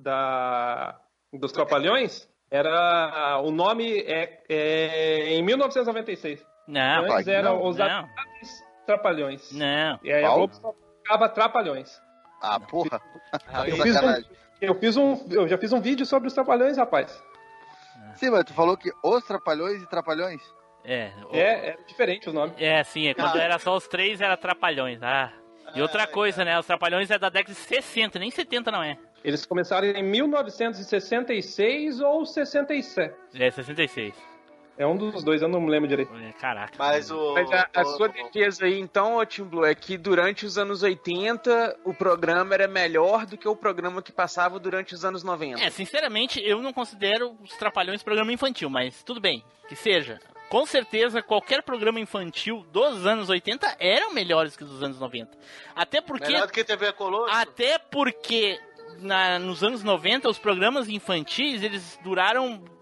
da dos Trapalhões era o nome é, é em mil novecentos e noventa e seis. Não, Antes eram não, os não. Adoráveis Trapalhões. Não. E aí a Qual? Globo só ficava Trapalhões. Ah, porra. Eu fiz, um, eu fiz um, eu já fiz um vídeo sobre os Trapalhões, rapaz. Sim, mas tu falou que os Trapalhões e Trapalhões? É, o- É, é diferente o nome. é sim, é, quando era só os três era Trapalhões. Ah. E outra coisa, né? Os Trapalhões é da década de sessenta, nem setenta não é. Eles começaram em mil novecentos e sessenta e seis ou sessenta e sete. É sessenta e seis. É um dos dois, eu não me lembro direito. É, Caraca. Mas o. Mas a, a o- sua o- defesa aí, então, ô Tim Blue, é que durante os anos oitenta o programa era melhor do que o programa que passava durante os anos noventa. É, sinceramente, eu não considero os Trapalhões programa infantil, mas tudo bem, que seja. Com certeza, qualquer programa infantil dos anos oitenta eram melhores que os dos anos noventa. Até porque... Melhor do que T V Colosso? Até porque na, nos anos noventa os programas infantis, eles duraram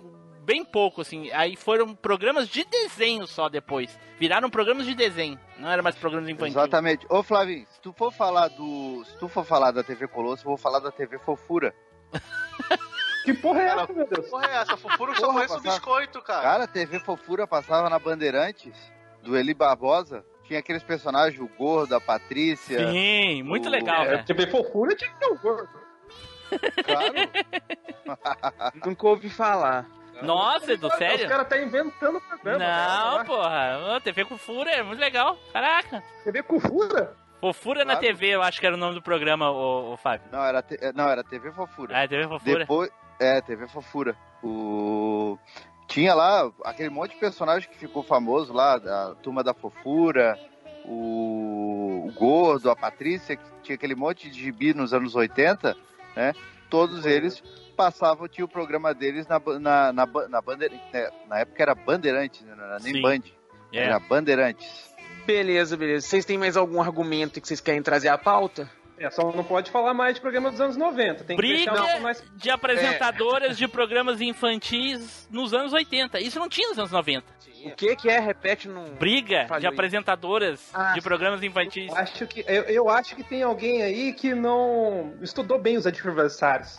bem pouco, assim. Aí foram programas de desenho só depois. Viraram programas de desenho. Não era mais programas infantis. Exatamente. Ô, Flavinho, se tu for falar do... Se tu for falar da T V Colosso, eu vou falar da T V Fofura. Que porra é Cara, essa, meu Deus? Que porra é essa? Fofura eu só conheço o biscoito, cara. Cara, a T V Fofura passava na Bandeirantes, do Eli Barbosa. Tinha aqueles personagens, o Gordo, a Patrícia. Sim, muito o... legal, É, T V Fofura tinha que ter o Gordo. Claro. Nunca ouvi falar. Nossa, Edu, sério? Os caras tá inventando o programa. Não, cara. porra. T V Fofura é muito legal. Caraca. T V Fofura? Fofura Claro. na T V, eu acho que era o nome do programa, o, o Fábio. Não, era, te... não, era T V Fofura. Ah, é T V Fofura. Depois... É, T V Fofura. O... Tinha lá aquele monte de personagem que ficou famoso lá, a Turma da Fofura, o, o Gordo, a Patrícia, que tinha aquele monte de gibi nos anos oitenta, né? Todos eles passavam, tinha o programa deles na, na, na, na Bandeirantes. Na época era Bandeirantes, né? Não era nem Sim. Band. É. Era Bandeirantes. Beleza, beleza. Vocês têm mais algum argumento que vocês querem trazer à pauta? É, só não pode falar mais de programa dos anos noventa. Tem que Briga deixar mais... de apresentadoras de programas infantis nos anos oitenta. Isso não tinha nos anos noventa. O que que é? Repete num... Briga Falei. de apresentadoras Ah, de programas infantis. Eu acho, que, eu, eu acho que tem alguém aí que não estudou bem os adversários.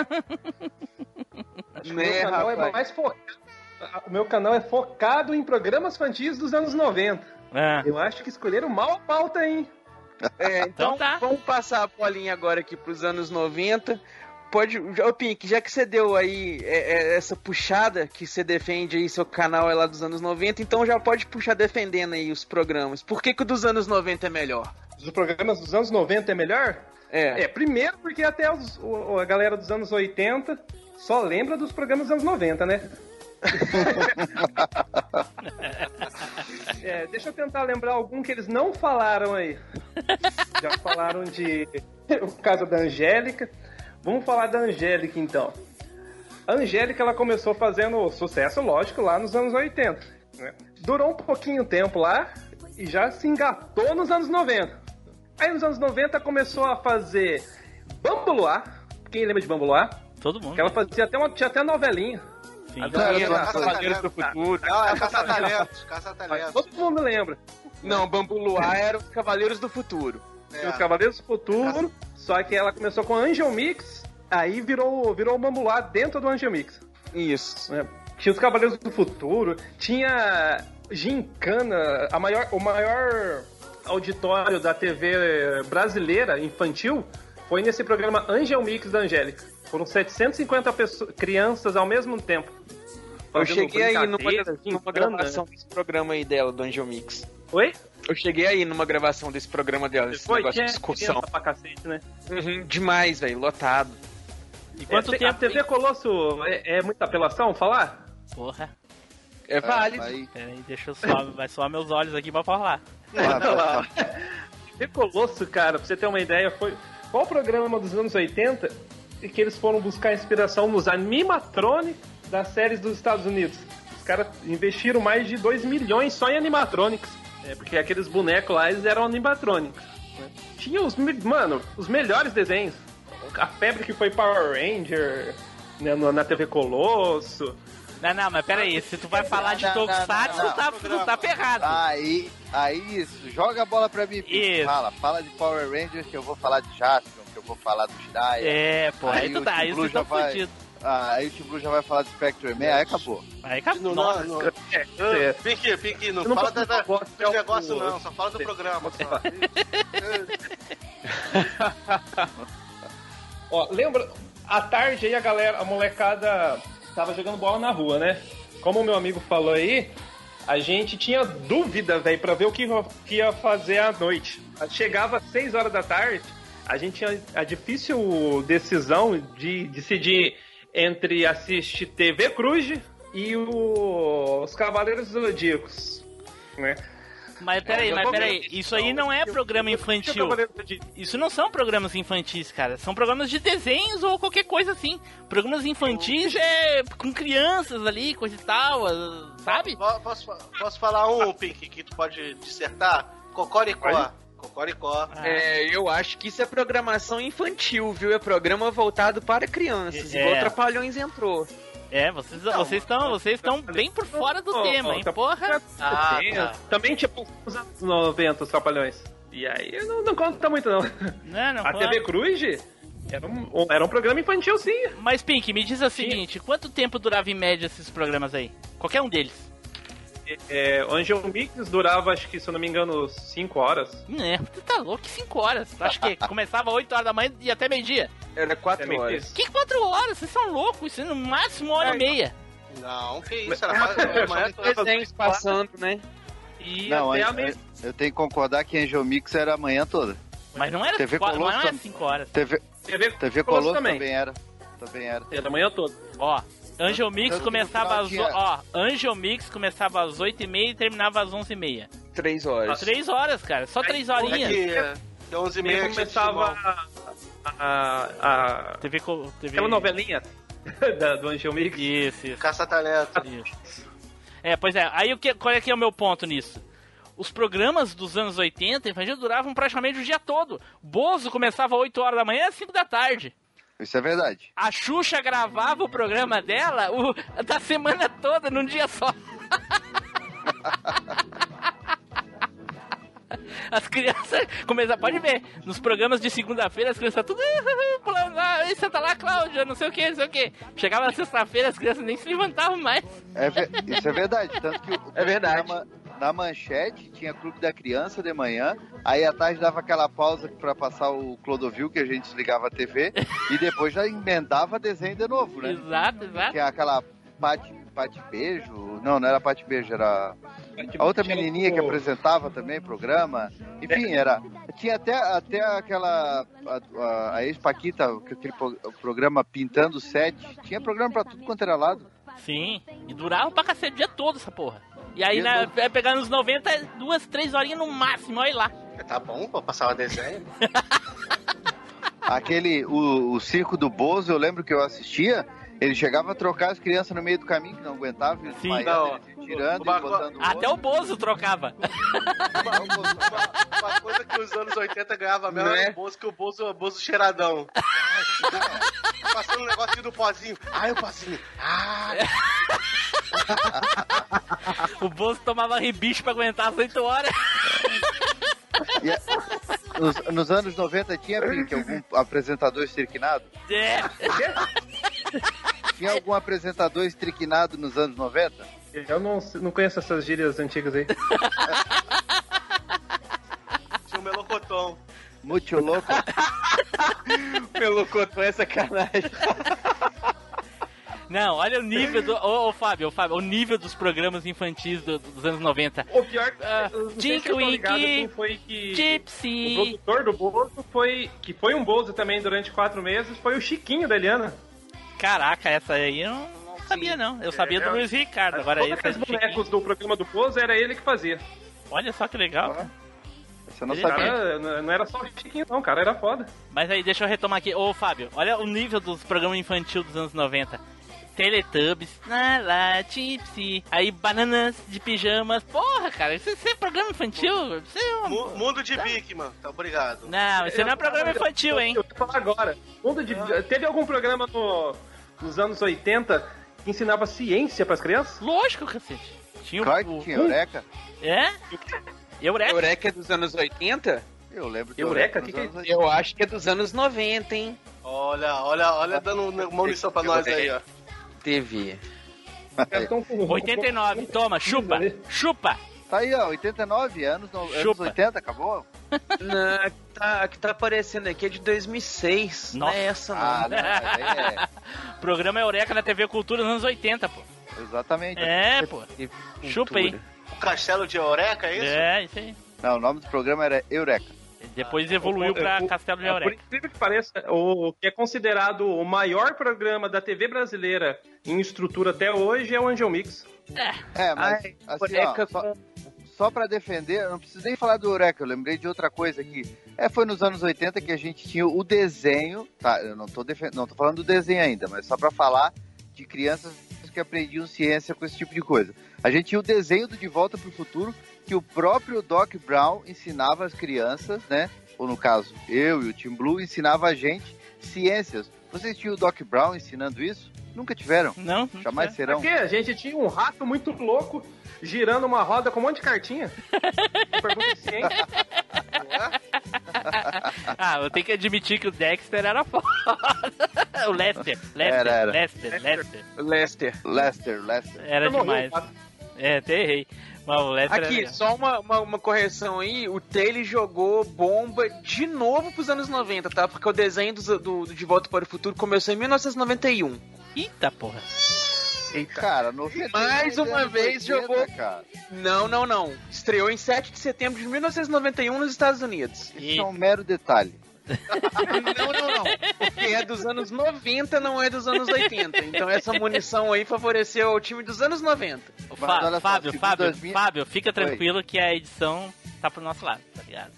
Acho que o meu Né, canal é rapaz? mais focado. O meu canal é focado em programas infantis dos anos noventa. Ah. Eu acho que escolheram mal a pauta, hein? É, então Então tá. vamos passar a bolinha agora aqui pros anos noventa. Pode, ô Pink, já que você deu aí é, é, essa puxada, que você defende aí, seu canal é lá dos anos noventa, então já pode puxar defendendo aí os programas. Por que que o dos anos noventa é melhor? Os programas dos anos noventa é melhor? É, É, primeiro porque até os- o- a galera dos anos oitenta só lembra dos programas dos anos noventa, né? É, deixa eu tentar lembrar algum que eles não falaram aí. Já falaram de o caso da Angélica. Vamos falar da Angélica, então. A Angélica, ela começou fazendo sucesso, lógico, lá nos anos oitenta. Né? Durou um pouquinho tempo lá e já se engatou nos anos noventa. Aí nos anos noventa começou a fazer Bambu Luar. Quem lembra de Bambu Luar? Todo mundo. Que ela fazia até uma, tinha até novelinha. Sim. A Não, novelinha era da- do Cavaleiros do Futuro. Não, é caça-talentos, caça-talentos. Todo mundo lembra. Não, Bambu Luar era os Cavaleiros do Futuro. Tinha os Cavaleiros do Futuro, só que ela começou com Angel Mix, aí virou, virou o Bambu Luar dentro do Angel Mix. Isso. Né? Tinha os Cavaleiros do Futuro, tinha Gincana, a maior, o maior auditório da T V brasileira infantil foi nesse programa Angel Mix da Angélica. Foram setecentas e cinquenta pessoas, crianças ao mesmo tempo. Eu fazendo cheguei aí numa, brincadeira, numa gincana. gravação desse programa aí dela, do Angel Mix. Oi? Eu cheguei aí numa gravação desse programa dela, desse Foi? negócio Tinha de discussão. criança pra cacete, né? Uhum, demais, velho, lotado. E quanto É, tempo a T V tem? Colosso é, é muita apelação falar? Porra. É válido. Aí, Peraí, deixa eu só... Vai soar meus olhos aqui pra falar. lá, T V Colosso, cara, pra você ter uma ideia, foi qual programa dos anos oitenta e que eles foram buscar inspiração nos animatronics das séries dos Estados Unidos. Os caras investiram mais de dois milhões só em animatronics. É, porque aqueles bonecos lá, eles eram animatronics. Né? Tinha os, me- mano, os melhores desenhos. A febre que foi Power Ranger, né, no- na T V Colosso. Não, não, mas peraí, se tu vai falar de Não, não, Tokusatsu, não, não. tá, tu tá ferrado. aí, aí isso, joga a bola pra mim, Pink. Isso. Fala, fala de Power Rangers que eu vou falar de Jaspion, que eu vou falar do Jiraiya. É, pô, aí, Aí tu o tá, aí Team Blue vocês tão já vai- fudidos. Ah, aí o Tim Blue já vai falar de Spectre Man, aí acabou. Aí acabou. Não, Nossa. não, não. É, Ah, Pique, Pique, não, Eu não fala posso da, da, falar dos que é o- negócios não, só fala do programa. Só. Ó, lembra, à tarde aí a galera, a molecada tava jogando bola na rua, né? Como o meu amigo falou aí, a gente tinha dúvida, velho, pra ver o que, que ia fazer à noite. Chegava às seis horas da tarde, a gente tinha a difícil decisão de decidir entre assistir T V Cruz e o- os Cavaleiros Zodíacos, né? Mas peraí, É, eu mas vou peraí, ver. isso aí não é programa Eu- eu- eu- infantil. Cavaleiros Zodíacos. Isso não são programas infantis, cara. São programas de desenhos ou qualquer coisa assim. Programas infantis é com crianças ali, coisa e tal, sabe? Po- Posso, posso falar um, Pink, que tu pode dissertar? Cocoricó. Cocoricó. É, eu acho que isso é programação infantil, viu? É programa voltado para crianças, É. igual Trapalhões entrou. É, vocês vocês estão vocês estão bem por fora do Oh, tema, oh, hein, tá- porra. Ah, tá. Também tinha os anos noventa, os Trapalhões. E aí não, não conta muito, não. Não, não A conta. T V Cruz era um, era um programa infantil, sim. Mas, Pink, me diz o seguinte, quanto tempo durava em média esses programas aí? Qualquer um deles. É, o Angel Mix durava, acho que, se eu não me engano, cinco horas. É, tu tá louco, que cinco horas. Acho que começava às oito horas da manhã e até meio-dia. Era quatro É horas. Que quatro horas? Vocês são loucos, isso é no máximo uma hora e meia. Não, que isso, era quase amanhã Desenhos passando, né? E Não, até eu, a meia... eu tenho que concordar que Angel Mix era a manhã toda. Mas não era T V quatro, mas Colosso não era tam- cinco horas. T V, T V, T V Colosso Colosso também. também era. Também era. Era a manhã toda. Ó, Angel Mix Tanto que começava no às... final tinha- Ó, Angel Mix começava às oito e meia e terminava às onze e meia. Três horas. Três horas, cara. Só três horinhas. É que onze e meia Aí começava a, a, a... T V, co- T V... Aquela novelinha da, do Angel Mix. Isso, isso. Caça-talento. Isso. É, pois é. Aí o que, qual é que é o meu ponto nisso? Os programas dos anos oitenta infantil duravam praticamente o dia todo. Bozo começava às oito horas da manhã e às cinco da tarde. Isso é verdade. A Xuxa gravava o programa dela o, da semana toda, num dia só. As crianças começavam, pode ver, nos programas de segunda-feira as crianças tudo pulando lá, "Ei, senta lá, Cláudia, não sei o que, não sei o que. Chegava na sexta-feira, as crianças nem se levantavam mais. É ve- isso é verdade. Tanto que, o- É verdade. Na, ma- na manchete tinha Clube da Criança de manhã, aí à tarde dava aquela pausa pra passar o Clodovil, que a gente desligava a T V, e depois já emendava desenho de novo, né? Exato, exato. Tinha aquela Pati, Pati Beijo, não, não era Pati Beijo, era a outra menininha que apresentava também o programa. Enfim, era. Tinha até, até aquela. A, a, a ex-Paquita, aquele pro- programa Pintando Set. Tinha programa pra tudo quanto era lado. Sim, e durava pra cacete o dia todo essa porra. E aí, Dia na, todo. vai pegar nos noventa, duas, três horinhas no máximo, olha lá. Tá bom, pô, passava desenho. Aquele. O, o Circo do Bozo, eu lembro que eu assistia. Ele chegava a trocar as crianças no meio do caminho, que não aguentavam, eles Sim, desmaiando, não. eles tirando O- o e botando o Até outro. o Bozo trocava. Uma, uma- uma coisa que os anos oitenta ganhava mesmo Não é? era o Bozo, que o Bozo, o Bozo cheiradão. Passando um negocinho do pozinho. Ai, o pozinho. Ai. O Bozo tomava ribicho pra aguentar as oito horas. E a- nos, nos anos noventa tinha, Pink, algum apresentador estriquinado? É. Tinha algum apresentador estriquinado nos anos noventa? Eu não, não conheço essas gírias antigas aí. Tinha o melocotão. Muito louco. Melocotão é sacanagem. Não, olha o nível do... Ô, ô, Fábio, ô, Fábio, o nível dos programas infantis do- dos anos noventa. O pior Ah, eu não sei se eu tô Tinky ligado Winky, quem foi que... Gypsy. O produtor do Bozo foi... Que foi um Bozo também durante quatro meses, foi o Chiquinho da Eliana. Caraca, essa aí eu não, não sabia, não. Eu sabia do É, Luiz Ricardo, agora Todos esse é aqueles do Chiquinho. bonecos do programa do Bozo era ele que fazia. Olha só que legal. Você não Ele- sabia. Cara, não não era só o Chiquinho não, cara, era foda. Mas aí, deixa eu retomar aqui. Ô, Fábio, olha o nível dos programas infantil dos anos noventa. Teletubbies, lá, Gypsy, aí bananas de pijamas. Porra, cara, isso, isso é programa infantil? Isso é uma... Mu- Mundo de Big, mano. Tá, obrigado. Não, isso não é programa infantil, hein? Eu vou falar agora. Mundo de... Teve algum programa no- nos anos oitenta que ensinava ciência pras crianças? Lógico, cacete. Tinha o... Claro que tinha Eureka. É? Eureka? Eureka é dos anos oitenta? Eu lembro de Eureka? nos Que que é anos isso? Eu acho que é dos anos noventa, hein? Olha, olha, olha, dando uma lição pra nós aí, ó. T V. oitenta e nove, toma, chupa, chupa. Tá aí, ó, oitenta e nove, anos, no, anos Chupa. oitenta, acabou? Não, a que tá, a que tá aparecendo aqui é de dois mil e seis. Não Nossa. é essa, não. Ah, não, aí é, Programa Eureka na T V Cultura nos anos oitenta, pô. exatamente. É, pô. Chupa aí. O Castelo de Eureka, é isso? É, isso aí. Não, o nome do programa era Eureka. Depois evoluiu pra O- Castelo de Por Eureka. incrível que pareça, o que é considerado o maior programa da T V brasileira em estrutura até hoje é o Angel Mix. É, mas Ai, assim, Eureka ó, só, com- só pra defender, eu não preciso nem falar do Eureka, eu lembrei de outra coisa aqui. É, foi nos anos oitenta que a gente tinha o desenho, tá, eu não tô, defen- não tô falando do desenho ainda, mas só pra falar de crianças que aprendiam ciência com esse tipo de coisa. A gente tinha o desenho do De Volta pro Futuro, que o próprio Doc Brown ensinava as crianças, né, ou no caso, eu e o Tim Blue, ensinava a gente ciências. Vocês tinham o Doc Brown ensinando isso? Nunca tiveram? Não, não jamais serão. Por quê? A gente tinha um rato muito louco girando uma roda com um monte de cartinha. Pergunta de ciência. Ah, eu tenho que admitir que o Dexter era foda. O Lester. Lester, Era, era. Lester, Lester. Lester. Lester, Lester. Era Eu morri, demais. tá? É, até errei. Mas o Lester Aqui, era... só uma, uma, uma correção aí, o Taylor jogou bomba de novo pros anos noventa, tá? Porque o desenho do, do, do De Volta para o Futuro começou em mil novecentos e noventa e um. Eita porra. Eita. Cara, noventa e um Mais uma anos vez oitenta, jogou... Cara. Não, não, não. Estreou em sete de setembro de mil novecentos e noventa e um nos Estados Unidos. Isso é um mero detalhe. Não, não, não. Porque é dos anos noventa, não é dos anos oitenta. Então essa munição aí favoreceu o time dos anos noventa. Fá- olha só, Fábio, segundo Fábio, as minhas- Fábio, fica tranquilo que a edição tá pro nosso lado, tá ligado?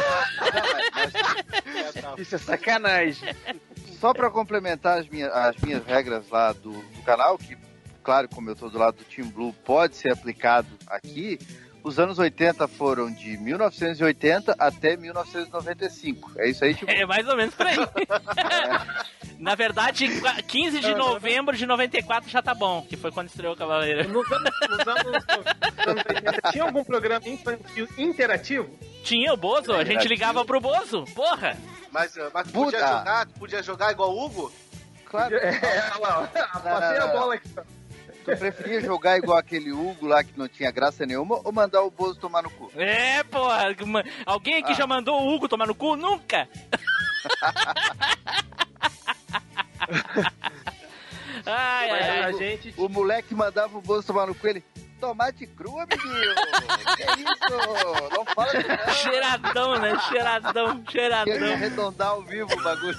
Isso é sacanagem. Só pra complementar as minhas, as minhas regras lá do, do canal, que, claro, como eu tô do lado do Team Blue, pode ser aplicado aqui. Os anos oitenta foram de mil novecentos e oitenta até mil novecentos e noventa e cinco. É isso aí, tipo? É mais ou menos por aí. Na verdade, quinze de novembro de noventa e quatro já tá bom, que foi quando estreou o Cavaleiro. Nos anos, nos anos, nos anos oitenta, tinha algum programa infantil interativo? Tinha o Bozo, a gente ligava pro Bozo, porra. Mas, mas tu podia Puta. jogar, tu podia jogar igual o Hugo? Claro. É, olha lá, ó. Passei a bola aqui. Tu preferia jogar igual aquele Hugo lá que não tinha graça nenhuma ou mandar o Bozo tomar no cu? É, porra. Alguém aqui Ah. já mandou o Hugo tomar no cu? Nunca! Ai, Mas ai, a ai. gente O moleque mandava o Bozo tomar no cu, ele... Tomate cru, amiguinho! Que isso? Não fala que não! Cheiradão, né? Cheiradão, Quer cheiradão. arredondar ao vivo o bagulho.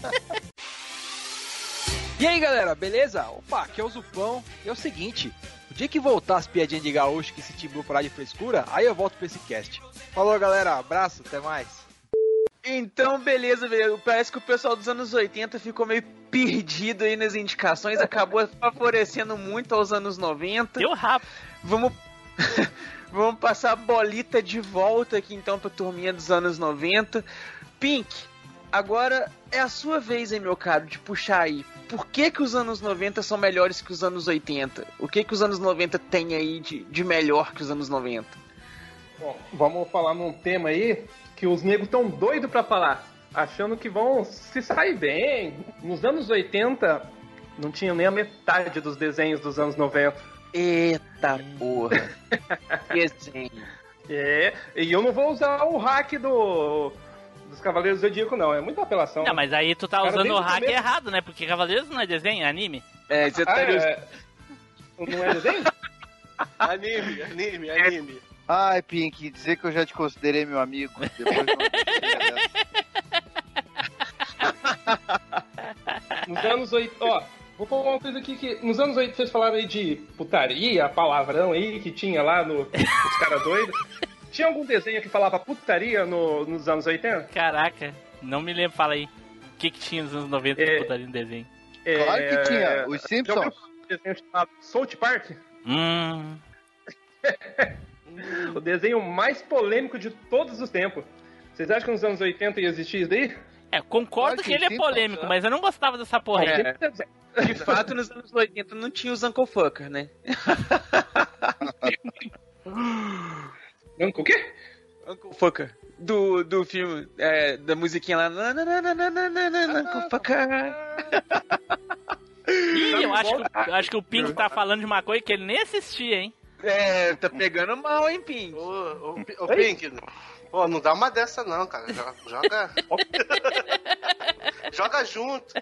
E aí galera, beleza? Opa, aqui é o Zupão. E é o seguinte, o dia que voltar as piadinhas de gaúcho que esse Team Blue parar de frescura, aí eu volto pra esse cast. Falou galera, abraço, até mais. Então, beleza, beleza. Parece que o pessoal dos anos oitenta ficou meio perdido aí nas indicações, acabou favorecendo muito aos anos noventa. Deu rápido. Vamos... Vamos passar a bolita de volta aqui então pra turminha dos anos noventa. Pink, agora é a sua vez, hein, meu caro, de puxar aí. Por que que os anos noventa são melhores que os anos oitenta? O que que os anos noventa tem aí de, de melhor que os anos noventa? Bom, vamos falar num tema aí que os negros tão doidos pra falar, achando que vão se sair bem. Nos anos oitenta, não tinha nem a metade dos desenhos dos anos noventa. Eita porra. Desenho. É, e eu não vou usar o hack do dos Cavaleiros do Zodíaco, não. É muita apelação. Não, mas aí tu tá Cara, usando desde o o hack começo- errado, né? Porque Cavaleiros não é desenho, é anime. É, você tá... Ah, é... Não é desenho? Anime, anime, anime. Ai, Pink, dizer que eu já te considerei meu amigo. Depois não... Nos anos oitenta... Ó, vou falar uma coisa aqui que... Nos anos oitenta vocês falaram aí de putaria, palavrão aí que tinha lá no... Os caras doidos. Tinha algum desenho que falava putaria no... nos anos oitenta? Caraca, não me lembro, fala aí. O que que tinha nos anos noventa que É. putaria no desenho? Claro que tinha. Os Já Simpsons. ouviu um desenho chamado South Park? Hum... O desenho mais polêmico de todos os tempos. Vocês acham que nos anos oitenta ia existir isso daí? É, concordo Claro que que ele é sim, polêmico, tá. mas eu não gostava dessa porra aí. É. De fato, nos anos oitenta não tinha os Uncle Fucker, né? O quê? Uncle Fucker. Do, do filme, é, da musiquinha lá. na, na, na, na, na, na, na, na, Uncle Fucker. Ih, eu acho, que, eu acho que o Pink tá falando de uma coisa que ele nem assistia, hein? É, tá pegando mal, hein, Pink? Ô, ô, ô Pink, pô, não dá uma dessa não, cara. Joga. Joga, joga junto.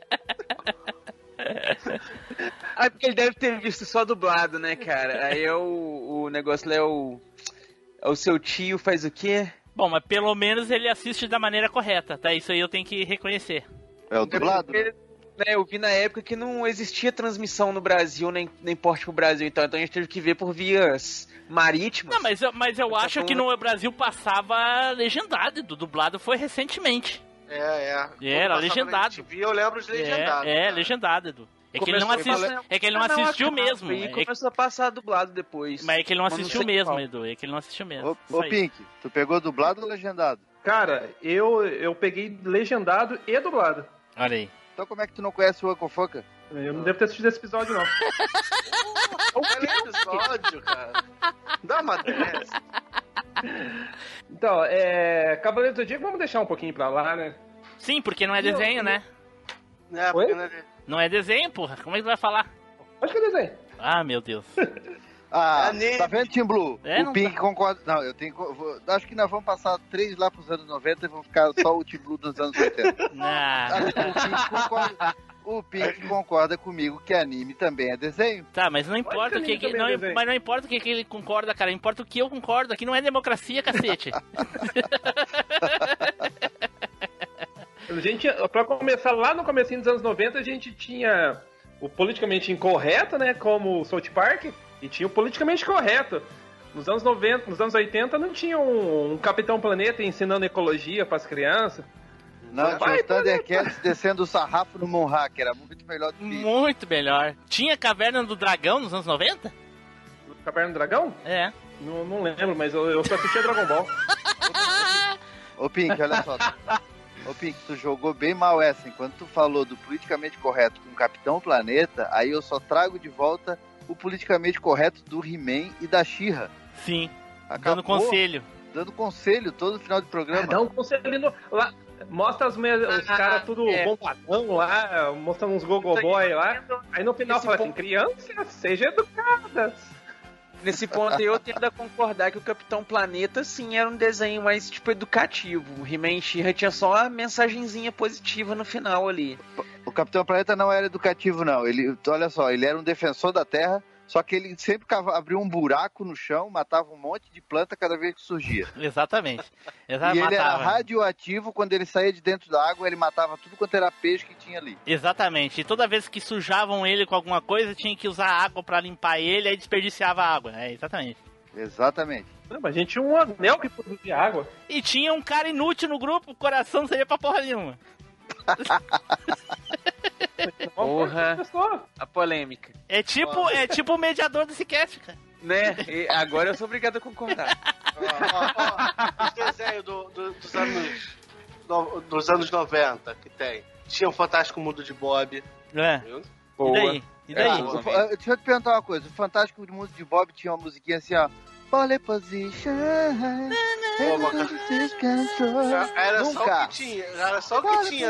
Ah, porque ele deve ter visto só dublado, né, cara? Aí é o, o negócio lá é o. É o seu tio faz o quê? Bom, mas pelo menos ele assiste da maneira correta, tá? Isso aí eu tenho que reconhecer. É o dublado? Porque, né, eu vi na época que não existia transmissão no Brasil, nem, nem porte pro Brasil, então, então a gente teve que ver por vias marítimas. Não, mas eu, mas eu acho Então- que no Brasil passava legendado, do dublado foi recentemente. É, é. É, era Quando passava na legendado. T V, eu lembro de legendado. É, é cara. legendado, Edu. É que ele não, Começou a assist... passar- é que ele não Ah, não, assistiu acaba, mesmo. E É que... começou a passar dublado depois. Mas é que ele não Mas assistiu sei mesmo, qual. Edu. É que ele não assistiu mesmo. Ô, Isso ô aí. Pink, tu pegou dublado ou legendado? Cara, eu, eu peguei legendado e dublado. Olha aí. Então como é que tu não conhece o Uncle Fucker? Eu não devo ter assistido esse episódio, não. Olha episódio, cara. Dá uma dessa. Então, é... Cavaleiro do Zodíaco, vamos deixar um pouquinho pra lá, né? Sim, porque não é desenho, né? É, porque não é... Não é desenho, porra. Como é que tu vai falar? Acho que é desenho. Ah, meu Deus. Ah, tá vendo, Tim Blue? É, o Pink tá. concorda. Não, eu tenho. Vou, acho que nós vamos passar três lá pros anos noventa e vão ficar só o Tim Blue dos anos oitenta. Ah. Acho que o Pink concorda. O Pink concorda comigo que anime também é desenho. Tá, mas não importa o que, que não, é mas não importa o que, que ele concorda, cara. Importa o que eu concordo. Aqui não é democracia, cacete. A gente, pra começar lá no comecinho dos anos noventa, a gente tinha o politicamente incorreto, né, como o South Park, e tinha o politicamente correto. Nos anos noventa, nos anos oitenta não tinha um, um Capitão Planeta ensinando ecologia pras crianças. Não, tinha os Thundercats descendo o sarrafo no Monhack, era muito melhor do que isso. Muito melhor. Tinha Caverna do Dragão nos anos noventa? Caverna do Dragão? É. Não, não lembro, mas eu, eu só assistia Dragon Ball. Ô Pink, olha só. Ô Pink, tu jogou bem mal essa. Enquanto tu falou do politicamente correto com o Capitão Planeta, aí eu só trago de volta o politicamente correto do He-Man e da She-Ra. Sim, Acabou dando conselho. Dando conselho todo final de programa. Dá um conselho no, lá. Mostra os, me- os caras tudo é. bombadão lá, mostrando uns gogoboy lá. Aí no final Esse fala ponto- assim, crianças, sejam educadas. Nesse ponto eu tendo a concordar que o Capitão Planeta sim era um desenho mais tipo educativo. O He-Man e She-Ra tinha só uma mensagenzinha positiva no final ali. O Capitão Planeta não era educativo, não. Ele, olha só, ele era um defensor da Terra, só que ele sempre cava, abria um buraco no chão, matava um monte de planta cada vez que surgia. Exatamente. E Exatamente. ele era Matava. radioativo, quando ele saía de dentro da água, ele matava tudo quanto era peixe que tinha ali. Exatamente. E toda vez que sujavam ele com alguma coisa, tinha que usar água pra limpar ele, aí desperdiciava a água. É, exatamente. Exatamente. Não, mas a gente tinha um anel que produzia água. E tinha um cara inútil no grupo, o coração não seria pra porra nenhuma. Porra, a polêmica. É tipo, é tipo o mediador desse cast, cara. Né? E agora eu sou obrigado a concordar. Ó, ó, os desenhos do, do, dos, anos, no, dos anos noventa que tem. Tinha o Fantástico Mundo de Bob. É. Boa. E daí? E daí? É, o, o, deixa eu te perguntar uma coisa. O Fantástico Mundo de Bob tinha uma musiquinha assim, ó. Pole position. Era só Nunca. o que tinha. Era só o que tinha.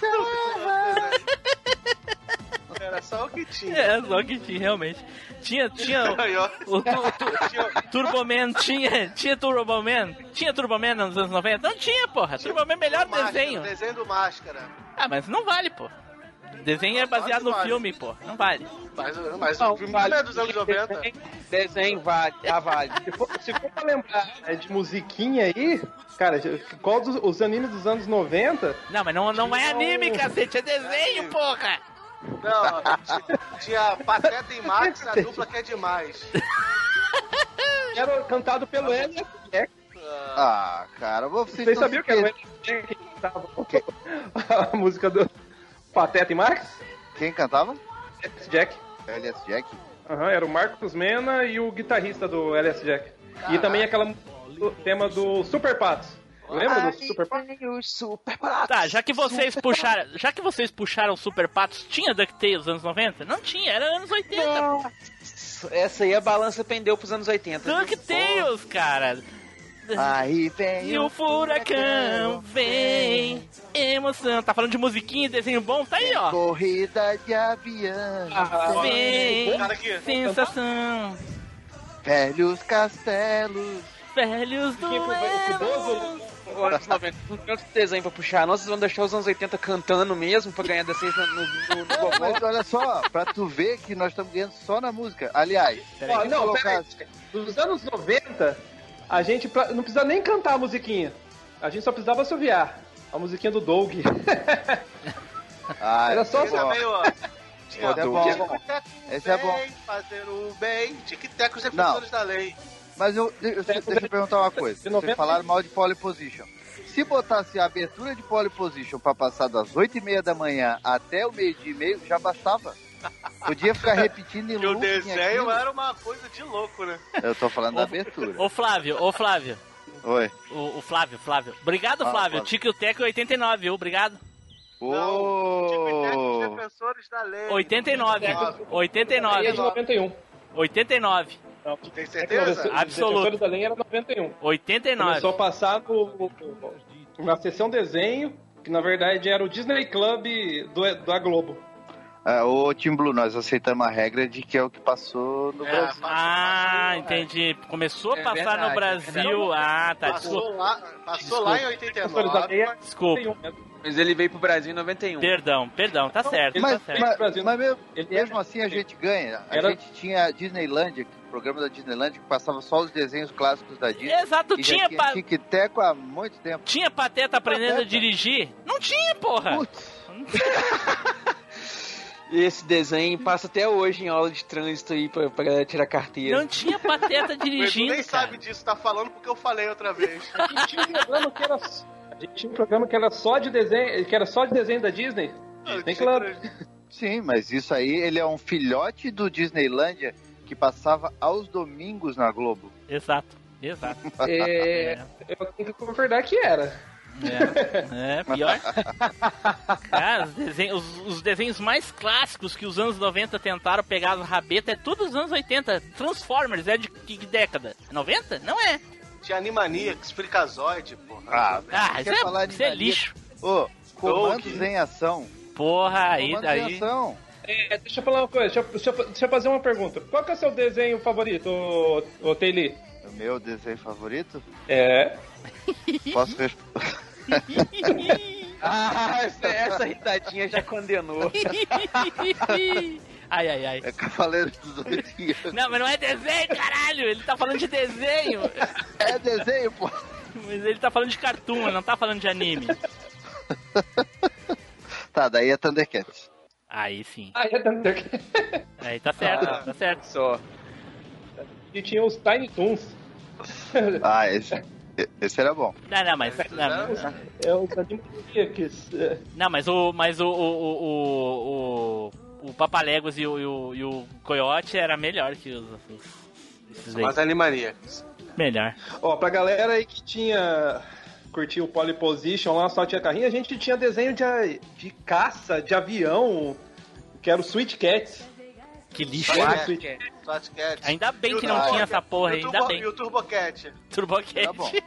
Era só o que tinha. É, só que tinha, realmente. Tinha, tinha Aí, ó. o, o, o, o Turboman, tinha, tinha Turboman? Tinha Turboman nos anos noventa? Não tinha, porra. Turboman é o melhor Máscara, desenho. O desenho do Máscara. Ah, mas não vale, pô. Desenho é baseado no vale. filme, pô. Não vale. Mas, mas Não, o filme vale. não é dos anos noventa. Desenho vale, ah, vale. Se for, se for pra lembrar é, de musiquinha aí, cara, qual dos os animes dos anos noventa? Não, mas não, não é anime, Não. cacete. É desenho, porra. Não, tinha, tinha Pateta e Max, a dupla que é demais. Era cantado pelo L S Jack. Ah, cara, vocês, Vocês tão sabiam que era o L S Jack que cantava a música do Pateta e Max? Quem cantava? L S Jack. L S Jack? Aham, era o Marcos Mena e o guitarrista do L S Jack. E também aquela o tema do Super Patos. Lembra do Super Patos? Super Patos. Tá, já que vocês puxaram, já que vocês puxaram o Super Patos, tinha DuckTales nos anos noventa? Não tinha, era anos oitenta. Não. Essa aí a balança pendeu pros anos oitenta. DuckTales, cara. Aí vem E o furacão vem, emoção. Tá falando de musiquinha, desenho bom? Tá aí, ó. Corrida de avião. Ah, vem, Cara aqui. sensação. Velhos castelos. Velhos do Anos noventa, não tem outro desenho pra puxar. Nós vamos deixar os anos oitenta cantando mesmo pra ganhar decência no, no, no Não, gogó. mas olha só, pra tu ver que nós estamos ganhando só na música. Aliás, Ó, se não, colocasse- peraí. Nos anos noventa, a gente pra- não precisa nem cantar a musiquinha. A gente só precisava assoviar. A musiquinha do Doug. Ah, Era só esse é Tinha bom. meio, ó. Tinha Esse é bom. Tic-tac, Esse é bom. bem, fazer o bem. Tic-tac, os defensores da lei. Mas eu, eu- deixa eu perguntar uma coisa. Vocês falaram mal de pole position. Se botasse a abertura de pole position pra passar das oito e meia da manhã até o meio-dia e meio, já bastava. Podia ficar repetindo em E o looping desenho aquilo. era uma coisa de louco, né? Eu tô falando da abertura. Ô Flávio, ô Flávio. Oi. O, o Flávio, Flávio. Obrigado, Ah, Flávio. Flávio. Tic e o Teco oitenta e nove, viu? Obrigado. Ô! ô... Defensores da lei. oitenta e nove. oitenta e nove. É de noventa e um. oitenta e nove. Não, tem certeza? Absoluto. Defensores da lei era noventa e um. oitenta e nove. Começou a passar no, na sessão desenho, que na verdade era o Disney Club do, da Globo. É, ô Team Blue, nós aceitamos a regra de que é o que passou no É, Brasil. Ah, entendi. Começou a É passar verdade, no Brasil. é Ah, tá. Passou Desculpa. lá, passou lá em oitenta e nove. Desculpa. Mas ele veio pro Brasil em noventa e um. Perdão, perdão, tá certo. Mas, tá certo. mas, mas mesmo, mesmo assim a gente ganha. A Era- gente tinha a Disneylandia, o programa da Disneylandia, que passava só os desenhos clássicos da Disney. Exato, e já tinha tinha pa- Tic-Teco há muito tempo. Tinha Pateta aprendendo a dirigir? Não tinha, porra. E esse desenho passa até hoje em aula de trânsito aí pra, pra galera tirar carteira. Não tinha Pateta O Edu dirigindo, nem cara. sabe disso, tá falando porque eu falei outra vez. A gente tinha um programa que era, a gente tinha um programa que era só de desenho, que era só de desenho da Disney. Disney Club. Sim, mas isso aí, ele é um filhote do Disneylandia que passava aos domingos na Globo. Exato, exato. É, eu tenho que concordar que era. É, é pior. Cara, os desenhos, os, os desenhos mais clássicos que os anos noventa tentaram pegar as rabetas é tudo dos anos oitenta. Transformers é de que década? noventa? Não é. Tinha Animaniacs, Freakazoid, porra. Ah, Ah, isso quer é, falar de isso é Animaniacs? lixo. Ô, comandos Doug. em ação. Porra, aí Comandos em daí. ação. É, deixa eu falar uma coisa, deixa, eu- deixa, eu- deixa eu fazer uma pergunta. Qual que é o seu desenho favorito, ô, ô Taylor? O meu desenho favorito? É. Posso responder? Ah, essa, essa ritadinha já condenou. Ai, ai, ai. É Cavaleiro dos Zodíaco. Não, mas não é desenho, caralho. Ele tá falando de desenho. É desenho, pô. Mas ele tá falando de cartoon, ele não tá falando de anime. Tá, daí é Thundercats. Aí sim. Ah, é tanto. Aí tá certo, Ah. tá certo. Só. E tinha os Tiny Toons. Ah, esse, esse era bom. Não, não, mas. Não, É os Animaniacs. é. não, mas o. Mas o. O, o, o, o Papaléguas e o, e, o, e o Coyote era melhor que os. os esses aí. Mas Animaniacs. Melhor. Ó, pra galera aí que tinha... curtiu o Pole Position lá, só tinha carrinho, a gente tinha desenho de, de caça, de avião, que era o Sweet Cats. Que lixo. Lembra Swat do Sweet Cats? Swat Cat. Ainda bem que E o não Turbo- tinha essa porra, e o ainda Turbo- bem. E o Turbo Cat. Turbocat. Tá bom.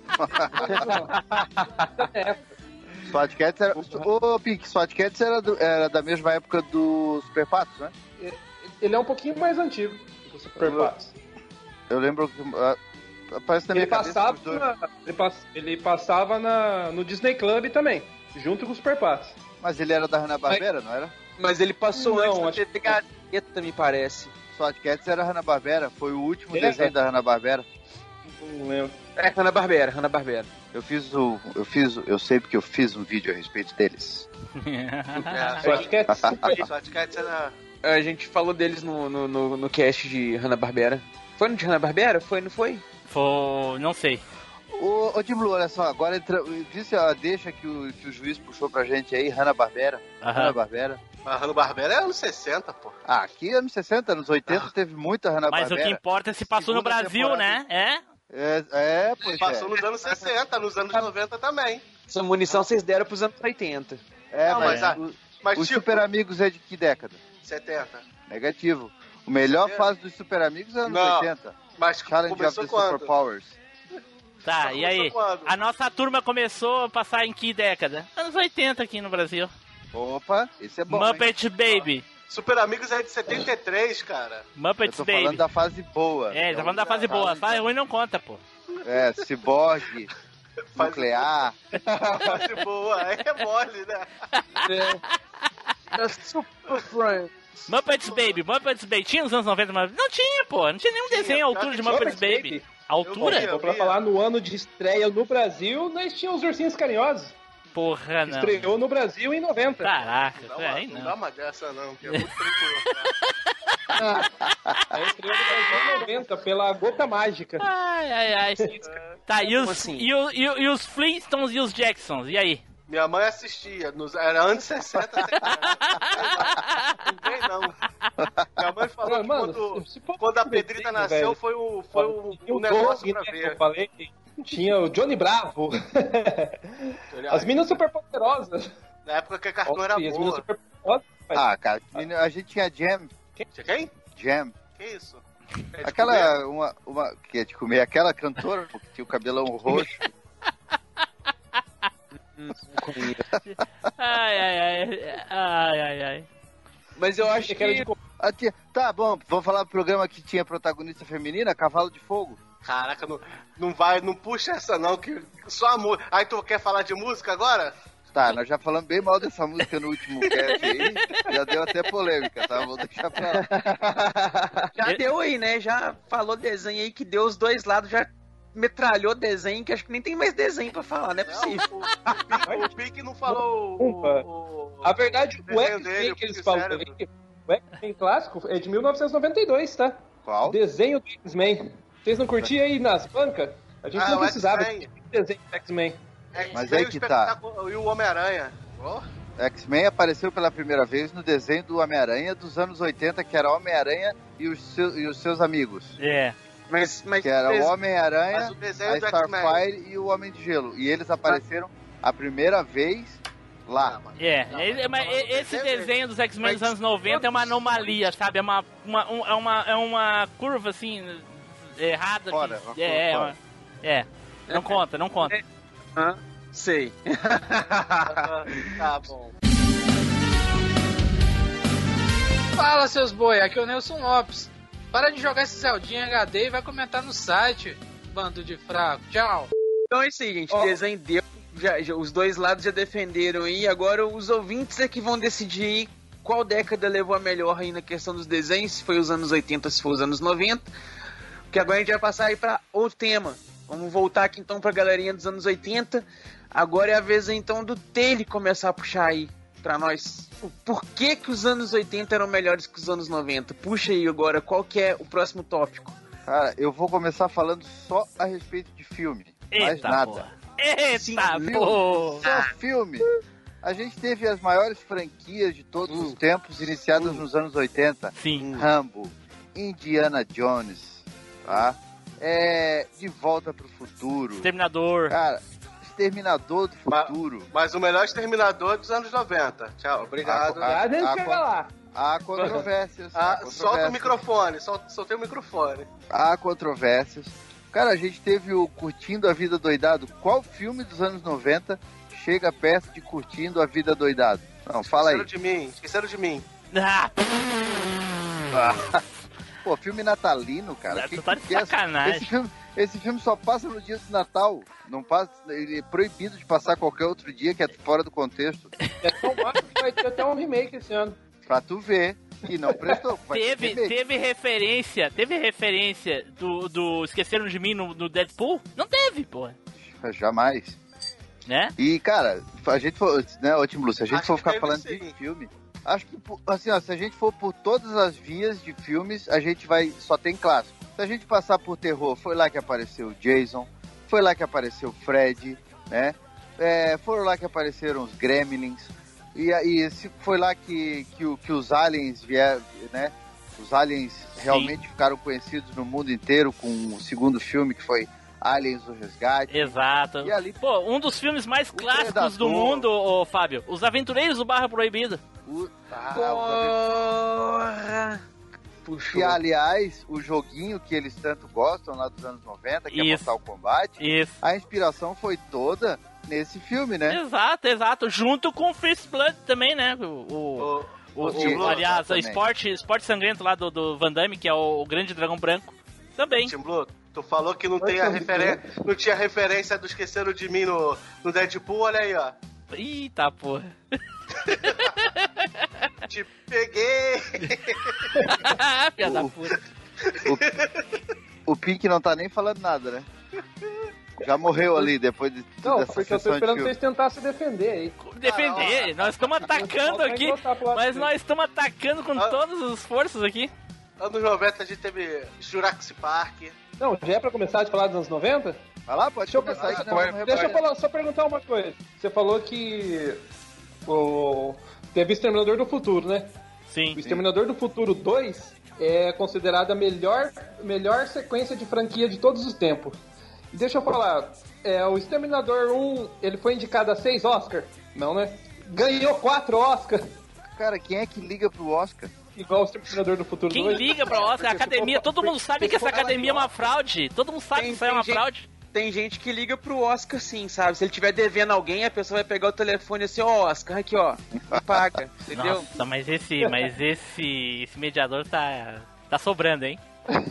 SWAT Cats era... Ô, Pink, SWAT Cats era, do- era da mesma época do Super Patos, né? Ele é um pouquinho mais antigo do Super Patos. Eu lembro que... ah, parece na minha Ele cabeça passava, que os dois- na- ele, pass- ele passava na, no Disney Club também, junto com os Super Patos. Mas ele era da Hanna-Barbera, não era? Mas ele passou Não, antes na acho T V Gazeta, me parece. SWAT Cats era Hanna-Barbera, foi o último Ele é? desenho da Hanna-Barbera. Não lembro. É, Hanna-Barbera, Hanna-Barbera. Eu fiz o... Eu fiz o- Eu sei porque eu fiz um vídeo a respeito deles. É, SWAT Cats. Swat Cat era... A gente falou deles no, no, no, no cast de Hanna-Barbera. Foi no de Hanna-Barbera? Foi, não foi? Foi. Não sei. Ô, ô Tim Blue, olha só, agora entra... Disse a deixa que o, que o juiz puxou pra gente aí, Hanna-Barbera. Aham. Hanna-Barbera. A Hanna-Barbera é anos sessenta, pô. Ah, aqui anos sessenta, anos oitenta teve muita Hanna-Barbera. Mas o que importa é se passou no Segunda Brasil, temporada. né? É? É, é pois Passou é. nos anos sessenta, nos anos noventa também. Essa munição vocês deram pros anos oitenta. É, Não, mas, mas a- o- Mas os tipo, Super Amigos é de que década? setenta. Negativo. O melhor É. fase dos Super Amigos é anos Não. oitenta. Mas Challenge of começou the quando? Super Powers. Tá, Mas e aí? começou quando? A nossa turma começou a passar em que década? Anos oitenta aqui no Brasil. Opa, esse é bom, hein? Muppet Baby. Super Amigos é de setenta e três, cara. Eu Muppets tô Baby. falando da fase boa. É, tá falando da fase boa. A fase ruim não conta, pô. É, Cyborg, Fase- Nuclear. Fase boa, aí é mole, né? Da Super Friends. Muppets Baby, Muppets Baby. Tinha nos anos noventa, mas não tinha, pô. Não tinha nenhum Tinha, desenho à pior altura que de tinha. Muppets Muppets Baby. Baby. Altura? Eu Então, pra falar no ano de estreia no Brasil, nós tínhamos os Ursinhos Carinhosos. Porra, não. Estreou no Brasil em noventa. Caraca, Não dá uma, aí não não. dá uma dessa não, que é muito perigoso. Aí estreou no Brasil em noventa, pela Gota Mágica. Ai, ai, ai. Tá, e os, Como assim? e, o- e, o- e os Flintstones e os Jacksons? E aí? Minha mãe assistia, nos, era anos sessenta, setenta. Não vem não. Minha mãe falou que Mano, quando, se for quando a um Pedrita desenho, nasceu velho. foi o, foi o, Tinha o o negócio Doug, pra né, que ver. eu falei. Tinha o Johnny Bravo. As Minas Super Poderosas. Na época que a cartoon era As Minas boa. Super... Ah, cara, a gente tinha Jam. Quem? Quem? Jam. Que isso? É aquela, uma, uma, que é de comer, aquela cantora que tinha o cabelão roxo. ai, ai, ai, ai, ai, ai. Mas eu acho que... que... Ah, tia, tá bom, vamos falar do programa que tinha protagonista feminina, Cavalo de Fogo. Caraca, não, não vai, não puxa essa não, que só a música. Aí tu quer falar de música agora? Tá, nós já falamos bem mal dessa música no último cast aí, já deu até polêmica, tá? Vou deixar pra lá. Já deu aí, né? Já falou desenho aí que deu os dois lados, já metralhou desenho, que acho que nem tem mais desenho pra falar, não é possível. Não, o Pique não falou o, o, A verdade, o X-Men dele, que eles falam também, o X-Men clássico é de mil novecentos e noventa e dois, tá? Qual? Desenho do X-Men. Vocês não curtiam aí nas bancas? A gente ah, não precisava de desenho do X-Men. Mas aí que tá. E o Homem-Aranha. Oh. X-Men apareceu pela primeira vez no desenho do Homem-Aranha dos anos oitenta, que era Homem-Aranha e os, seu, e os seus amigos. É. Mas, mas que era o Homem-Aranha, o a Starfire e o Homem de Gelo. E eles apareceram a primeira vez lá. É, é mas esse desenho dos X-Men dos anos noventa é uma anomalia, sabe? É uma, uma, um, é uma, é uma curva assim, errada. Fora, que, é, é, uma, é, não conta, não conta. Ah, sei. Tá bom. Fala, seus boi, aqui é o Nelson Lopes. Para de jogar esse Zeldinha em H D e vai comentar no site, bando de fraco. Tchau. Então é isso aí, gente. Oh. Desenho deu. Já, já, os dois lados já defenderam aí. Agora os ouvintes é que vão decidir aí qual década levou a melhor aí na questão dos desenhos. Se foi os anos oitenta, se foi os anos noventa. Porque agora a gente vai passar aí para outro tema. Vamos voltar aqui então pra galerinha dos anos oitenta. Agora é a vez então do Tele começar a puxar aí pra nós. Por que que os anos oitenta eram melhores que os anos noventa? Puxa aí agora, qual que é o próximo tópico? Cara, eu vou começar falando só a respeito de filme. Eita, mais nada. Porra. Eita, Sim, porra. Só filme. A gente teve as maiores franquias de todos hum. os tempos, iniciadas hum. nos anos oitenta. Sim. Rambo, Indiana Jones, tá? É, De Volta pro Futuro. Exterminador. Cara, Exterminador do Futuro. Mas, mas o melhor Exterminador dos anos noventa. Tchau, obrigado. A, a, a, a, lá. Há controvérsias. Ah, há controvérsias. Solta o microfone, solta, soltei o microfone. Há controvérsias. Cara, a gente teve o Curtindo a Vida Doidado. Qual filme dos anos noventa chega perto de Curtindo a Vida Doidado? Não, fala aí. Esqueceram de mim, esqueceram de mim. Ah. Pô, filme natalino, cara. Tu tá de sacanagem. Esse filme, esse filme só passa no dia do Natal. Não passa, ele é proibido de passar qualquer outro dia que é fora do contexto. É tão massa que vai ter até um remake esse ano. Pra tu ver que não prestou. Vai teve, teve referência, teve referência do, do Esqueceram de Mim no, no Deadpool? Não teve, porra. Jamais. Né? E, cara, a gente for, né, ô Tim Blue, se a gente Acho for ficar falando sim. de filme, acho que, assim, ó, se a gente for por todas as vias de filmes, a gente vai, só tem clássico. Se a gente passar por terror, foi lá que apareceu o Jason, foi lá que apareceu o Fred, né? É, foram lá que apareceram os Gremlins, e, e foi lá que, que, que os aliens vieram, né? Os aliens Sim. realmente ficaram conhecidos no mundo inteiro com o segundo filme, que foi Aliens do Resgate. Exato. E ali, pô, um dos filmes mais clássicos Predador. do mundo, ô, Fábio. Os Aventureiros do Barra Proibida. O... Ah, Porra! Puxou. E, aliás, o joguinho que eles tanto gostam lá dos anos noventa, que Isso. é Mortal Kombat, Isso. a inspiração foi toda nesse filme, né? Exato, exato. Junto com o First Blood também, né? O... o... O, o, o, aliás, o esporte, esporte sangrento lá do, do Van Damme, que é o, o grande dragão branco, também. Tim Blue, tu falou que não, tem a referen- não tinha referência do Esqueceram de Mim no, no Deadpool, olha aí, ó. Eita, porra. Te peguei! Filha da puta. O, o Pink não tá nem falando nada, né? Já morreu ali depois de Não, dessa porque eu tô esperando vocês tentar se defender aí. Defender? Ah, nós estamos atacando aqui, mas nós estamos atacando com ah, todas as forças aqui. Anos noventa a gente teve Jurassic Park. Não, já é pra começar de falar dos anos noventa? Vai lá, pode deixa começar. Eu, ah, não, deixa eu falar, só perguntar uma coisa. Você falou que o, teve o Exterminador do Futuro, né? Sim. O Exterminador sim. do Futuro dois é considerado a melhor, melhor sequência de franquia de todos os tempos. E deixa eu falar, é, o Exterminador um, ele foi indicado a seis Oscar? Não, né? Ganhou quatro Oscar. Cara, quem é que liga pro Oscar? Igual o Exterminador do Futuro Quem dois. liga pro Oscar? A academia, todo mundo sabe que essa academia é uma fraude. Todo mundo sabe que isso é uma gente, fraude. Tem gente que liga pro Oscar sim, sabe? Se ele tiver devendo alguém, a pessoa vai pegar o telefone assim, ó, oh, Oscar, aqui ó, paga, entendeu? Nossa, mas esse, mas esse, esse mediador tá, tá sobrando, hein?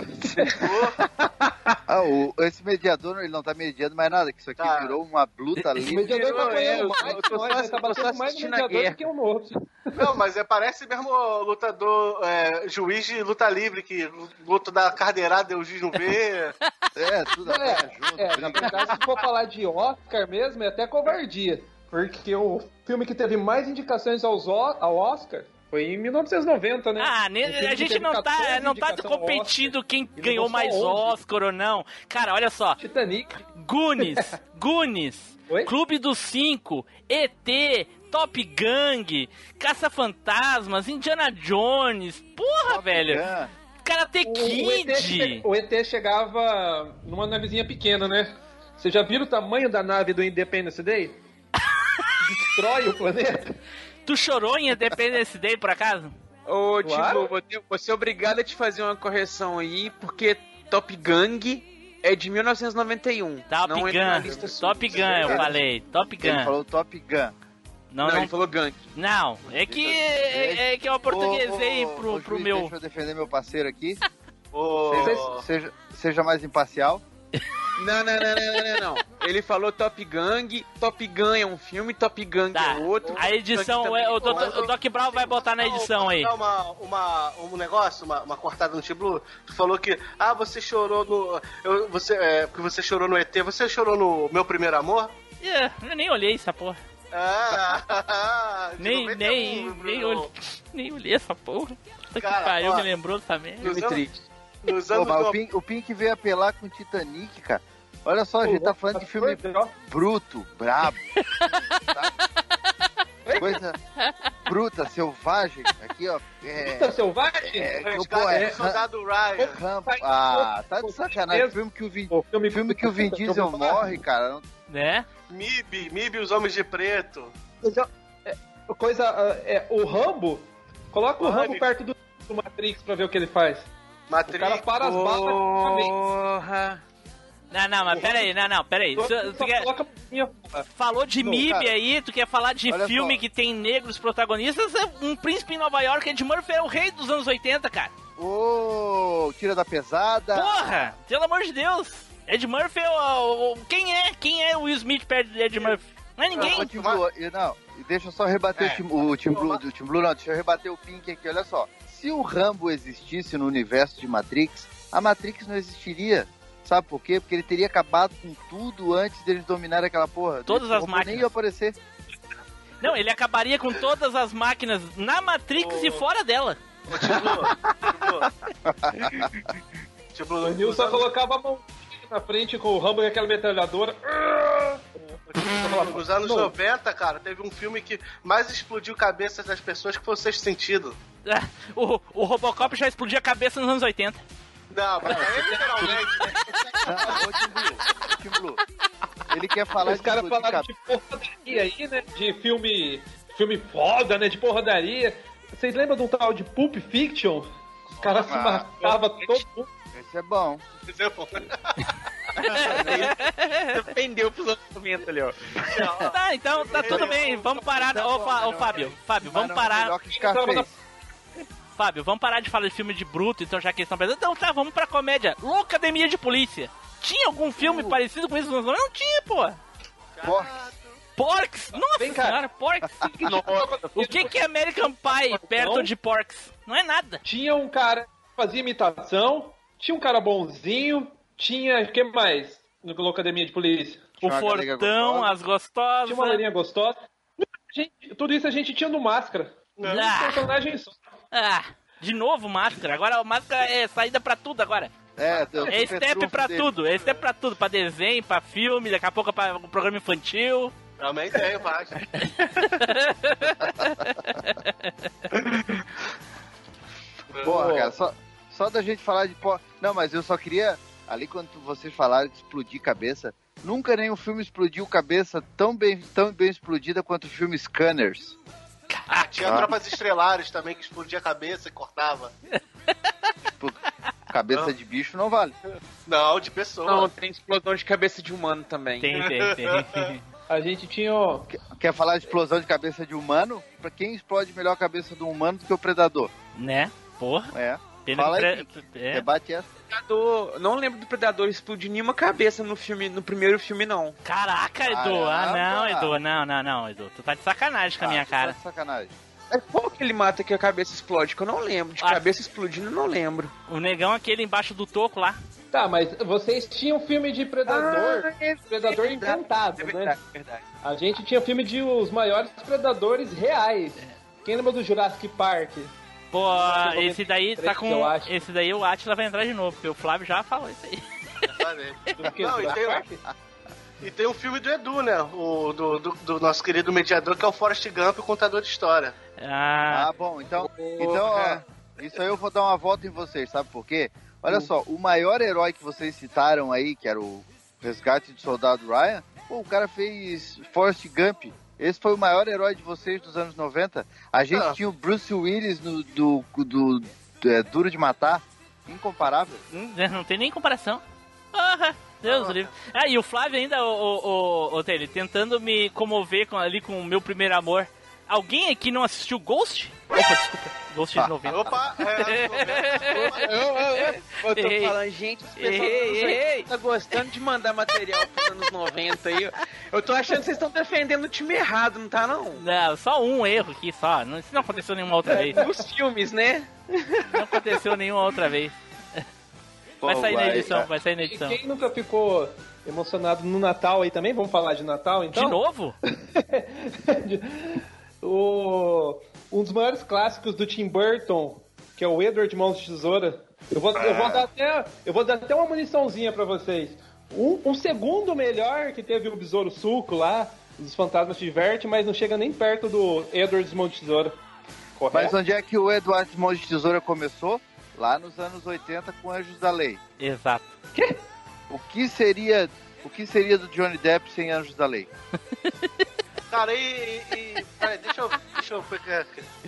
Ah, o, esse mediador, ele não tá mediando mais nada, que isso aqui Tá. virou uma luta Esse livre. mediador tá é, apanhando eu- mais, eu tô nós, só- né? Tá eu tô só batendo mais no assistindo a mediador guerra. do que o outro. Não, mas é, parece mesmo o lutador, é, juiz de luta livre, que luta da carneirada e o juiz não vê. É, tudo É, junto. é, na verdade, se for falar de Oscar mesmo, é até covardia. Porque o filme que teve mais indicações aos, O- ao Oscar foi em mil novecentos e noventa, né? Ah, Um ne- filme a que gente teve não tá, quatorze não tá indicações ao competindo Oscar. quem Ele ganhou levou só mais onze. Oscar ou não. Cara, olha só. Titanic. Goonies, Goonies, Clube dos Cinco, E T, Top Gang, Caça-Fantasmas, Indiana Jones. Porra, velho. Karate O, o, E T che- Kid. o E T chegava numa navezinha pequena, né? Vocês já viram o tamanho da nave do Independence Day? Destrói o planeta. Tu chorou em Independence Day, por acaso? Ô, Claro. Timo, você- você é obrigado a te fazer uma correção aí, porque Top Gang é de mil novecentos e noventa e um. Top não entra na Gun, lista Top sua. Gun, eu Ele- falei. Top Gun. Ele falou Top Gun. Não, Não, não, ele falou Gang. não, é que é, é que eu portuguesei Ô, ô, pro, ô, pro juiz, meu. Deixa eu defender meu parceiro aqui. Ô, Seja, seja, seja mais imparcial. Não, não, não, não, não, não, não. Ele falou Top Gang, Top Gun é um filme, Top Gang Tá, é outro. a edição, Top é, Gun o, também Doc- o Doc Brown vai botar na edição aí. Dar uma, uma, um negócio, uma, uma cortada no T-Blue. Tu falou que, ah, você chorou no. Eu, você, é, porque você chorou no E T, você chorou no Meu Primeiro Amor? É, eu nem olhei essa porra. Ah, de Nem, noventa e um, nem, Bruno. nem, olhei, nem olhei essa porra. Puta que Cara, pariu, ó, me lembrou dessa merda. nos anos- Nos Pô, anos mas o, no- Pink, o Pink veio apelar com Titanic, cara. Olha só, a gente tá falando de filme bruto, brabo. Tá? Coisa bruta, selvagem. Aqui, ó. É, Bruta, selvagem? É, que, Resgate pô, é, do Soldado Ryan. Rambo. Ah, tá de sacanagem. Filme que o Vin, filme, filme que o Vin Diesel morre, cara. Não... Né? M I B, M I B e os Homens de Preto. É, coisa, ah, é, o Rambo, coloca o Mano. Rambo perto do, do Matrix pra ver o que ele faz. Matrix. O cara para as balas Porra. Não, não, mas peraí, não, não, peraí. Tu, tu quer- falou de Não, M I B cara. aí, tu quer falar de Olha filme só. que tem negros protagonistas? Um Príncipe em Nova York, Ed Murphy é o rei dos anos oitenta, cara. Ô, tira da pesada. Porra, pelo amor de Deus. Ed Murphy é o, o- quem é? Quem é o Will Smith perto de Ed Murphy? Não é ninguém. Ô, Tim Blue, e não, e deixa eu só rebater É. o, Tim, o Tim Blue, o Tim Blue não, deixa eu rebater o Pink aqui, olha só. Se o Rambo existisse no universo de Matrix, a Matrix não existiria. Sabe por quê? Porque ele teria acabado com tudo antes deles dominarem aquela porra. Todas Esse as robô máquinas. nem ia aparecer. Não, ele acabaria com todas as máquinas na Matrix e fora dela. Tipo, O Nilson colocava a mão na frente com o Rambo e aquela metralhadora. Nos anos noventa, cara, teve um filme que mais explodiu cabeças das pessoas que foi o Sexto Sentido. Ah, O, o Robocop já explodia a cabeça nos anos oitenta. Não, mas aí é literalmente. Não, ô, Tim Blue, ô, Tim Blue. Ele quer falar Os caras de falaram de porradaria aí, né? De filme. Filme foda, né? De porradaria. Vocês lembram de um tal de Pulp Fiction? Os caras se Ah, matavam todo mundo. Esse é bom. Isso é bom. Defendeu pros lançamentos ali, ó. Tá, então tá tudo bem. Vamos parar. Ô, Fa- ô Fábio, Fábio, vamos parar. Melhor que Scarface. Fábio, vamos parar de falar de filme de bruto, então já que eles estão pensando. Então tá, vamos pra comédia. Loucademia de Polícia. Tinha algum filme parecido com isso nos anos? Não tinha, pô. Porks? Nossa Vem cá. senhora, Porks. O que que é American Pie perto de Porks? Não é nada. Tinha um cara que fazia imitação, tinha um cara bonzinho, tinha. O que mais? No Loucademia de Polícia? O Fortão, as gostosas. Tinha uma loirinha gostosa. Gente, tudo isso a gente tinha no Máscara. Um Ah. personagem só. Ah, de novo Máscara. Agora a Máscara é saída pra tudo agora. É, deu É super step trunfo pra dele. tudo, é step pra tudo, pra desenho, pra filme, daqui a pouco é pra um programa infantil. Também tem, vai. Porra, cara, só, só da gente falar de porra. Não, mas eu só queria, ali quando vocês falaram de explodir cabeça, nunca nenhum filme explodiu cabeça tão bem, tão bem explodida quanto o filme Scanners. Ah, tinha Ah. tropas estrelares também que explodia a cabeça e cortava. Cabeça Não. de bicho não vale. Não, de pessoa. Não, tem explosão de cabeça de humano também. Tem, tem, tem. A gente tinha. ó, Quer falar de explosão de cabeça de humano? Pra quem explode melhor a cabeça do humano do que o predador? Né? Porra. É. Pena Fala que aí, pre- Pink. é. Debate essa. Predador, não lembro do Predador explodir nenhuma cabeça no filme, no primeiro filme, não. Caraca, Edu. Ah, não, Edu. Não, não, não, Edu. Tu tá de sacanagem com a minha Ah, cara. tá de sacanagem. É qual que ele mata que a cabeça explode? Que eu não lembro. De Ah. cabeça explodindo, eu não lembro. O negão aquele embaixo do toco lá. Tá, mas vocês tinham filme de Predador, Ah, é Predador verdade, encantado, é né? verdade, é verdade. A gente tinha filme de os maiores predadores reais. Quem lembra do Jurassic Park? Pô, Acho que esse daí tá com. eu acho. Esse daí o Atila vai entrar de novo, porque o Flávio já falou isso aí. Do que? Não, e tem, Jurassic Park? e tem um filme do Edu, né? O, do, do, do nosso querido mediador, que é o Forrest Gump, o contador de história. Ah, Ah, bom, então, então ó, isso aí eu vou dar uma volta em vocês, sabe por quê? Olha só, o maior herói que vocês citaram aí, que era o Resgate do Soldado Ryan, pô, o cara fez Forrest Gump. Esse foi o maior herói de vocês dos anos noventa. A gente Ah. tinha o Bruce Willis no, do, do, do é, Duro de Matar. Incomparável. hum, não tem nem comparação. Porra, Deus do livre. Ah, e o Flávio ainda, o, o, o, o Taylor, tentando me comover com, ali com o meu primeiro amor. Alguém aqui não assistiu Ghost? Opa, desculpa. Ghost de noventa. Opa, é, Eu, eu, eu, eu tô Ei. falando, gente, os pessoal Ei, dos anos ei. oitenta tá gostando de mandar material pros anos noventa aí. Eu tô achando que vocês estão defendendo o time errado, não tá não? Não, só um erro aqui, só. Não, isso não aconteceu nenhuma outra vez. Nos filmes, né? Não aconteceu nenhuma outra vez. Vai Pô, sair na vai, edição, é. vai sair na E edição. quem nunca ficou emocionado no Natal aí também? Vamos falar de Natal então? De novo? o, um dos maiores clássicos do Tim Burton, que é o Edward Mãos de Tesoura. Eu vou, eu vou dar até, eu vou dar até uma muniçãozinha pra vocês. Um, um segundo melhor que teve o Besouro Suco lá, os fantasmas se divertem, mas não chega nem perto do Edward Mãos de Tesoura. Correto? Mas onde é que o Eduardo Mãos de Tesoura começou? Lá nos anos oitenta com Anjos da Lei. Exato. Quê? O que seria, o que seria do Johnny Depp sem Anjos da Lei? cara, e... e peraí, deixa eu... Deixa eu pegar...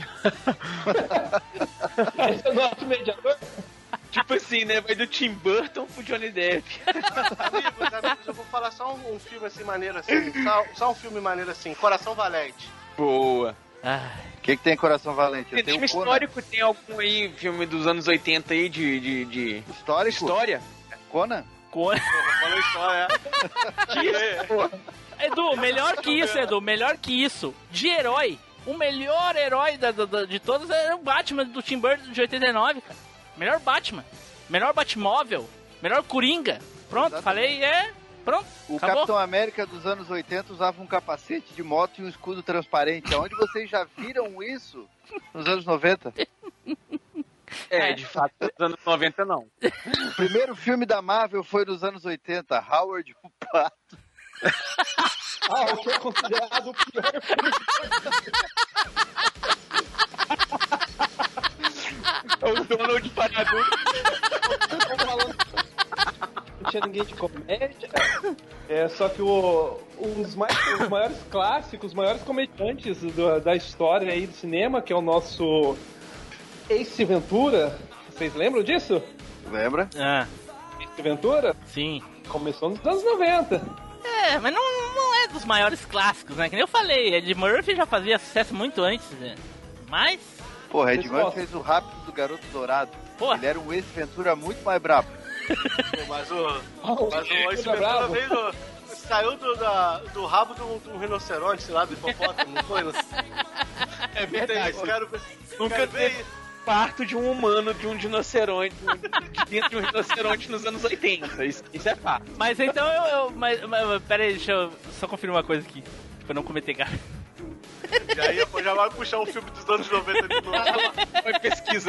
Esse é o nosso mediador? Tipo assim, né? Vai do Tim Burton pro Johnny Depp. Amigos, amigos, eu vou falar só um, um filme assim, maneiro assim. Só, só um filme maneiro assim, Coração Valente. Boa. O que, que tem Coração Valente? Eu Tem tenho filme o Conan. histórico, tem algum aí, filme dos anos oitenta aí de... de, de... Histórico? História? Conan? Conan. Falou história, Que isso, pô? Edu, melhor que isso, Edu, melhor que isso. De herói, o melhor herói da, da- da- de todos era o Batman do Tim Burton de oitenta e nove, cara. Melhor Batman. Melhor Batmóvel. Melhor Coringa. Pronto, Exatamente. falei, é. Pronto, O acabou. Capitão América dos anos oitenta usava um capacete de moto e um escudo transparente. Aonde vocês já viram isso nos anos noventa? É, de fato, nos anos noventa não. O primeiro filme da Marvel foi nos anos oitenta, Howard o Pato. Ah, o que é considerado o pior filme. É o Donald Parador. Não tinha ninguém de comédia. É, só que o, os, mais, os maiores clássicos, os maiores comediantes do- da história aí do cinema, que é o nosso Ace Ventura. Vocês lembram disso? Lembra? Ah, Ace Ventura? sim. Começou nos anos noventa. É, mas não, não é dos maiores clássicos, né? Que nem eu falei, Ed Murphy já fazia sucesso muito antes, né? Mas, Porra, Ed Vocês Murphy gostam? fez o Rápido do Garoto Dourado. Porra. Ele era um Ace Ventura muito mais brabo. Mas o... Oh, Mas o Ace Ventura Ventura bravo. veio do... Saiu do, da, do rabo do, do rinoceronte, sei lá, do hipopótamo, não foi? É verdade. Eu quero... Nunca quero ver teve parto de um humano, de um rinoceronte, de dentro de um rinoceronte nos anos oitenta. Isso, isso é fato. mas então eu. eu mas, mas, pera aí, deixa eu só confirmar uma coisa aqui. Pra não cometer gafe. E aí pô, já vai puxar um filme dos anos noventa de novo. Foi pesquisa.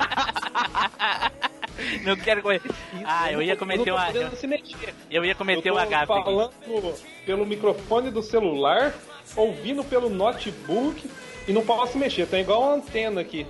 Não quero comer. Ah, eu ia cometer não tô uma. podendo se mexer. Eu ia cometer Eu uma tô gafe aqui. falando pelo microfone do celular, ouvindo pelo notebook e não posso mexer. Tá igual uma antena aqui.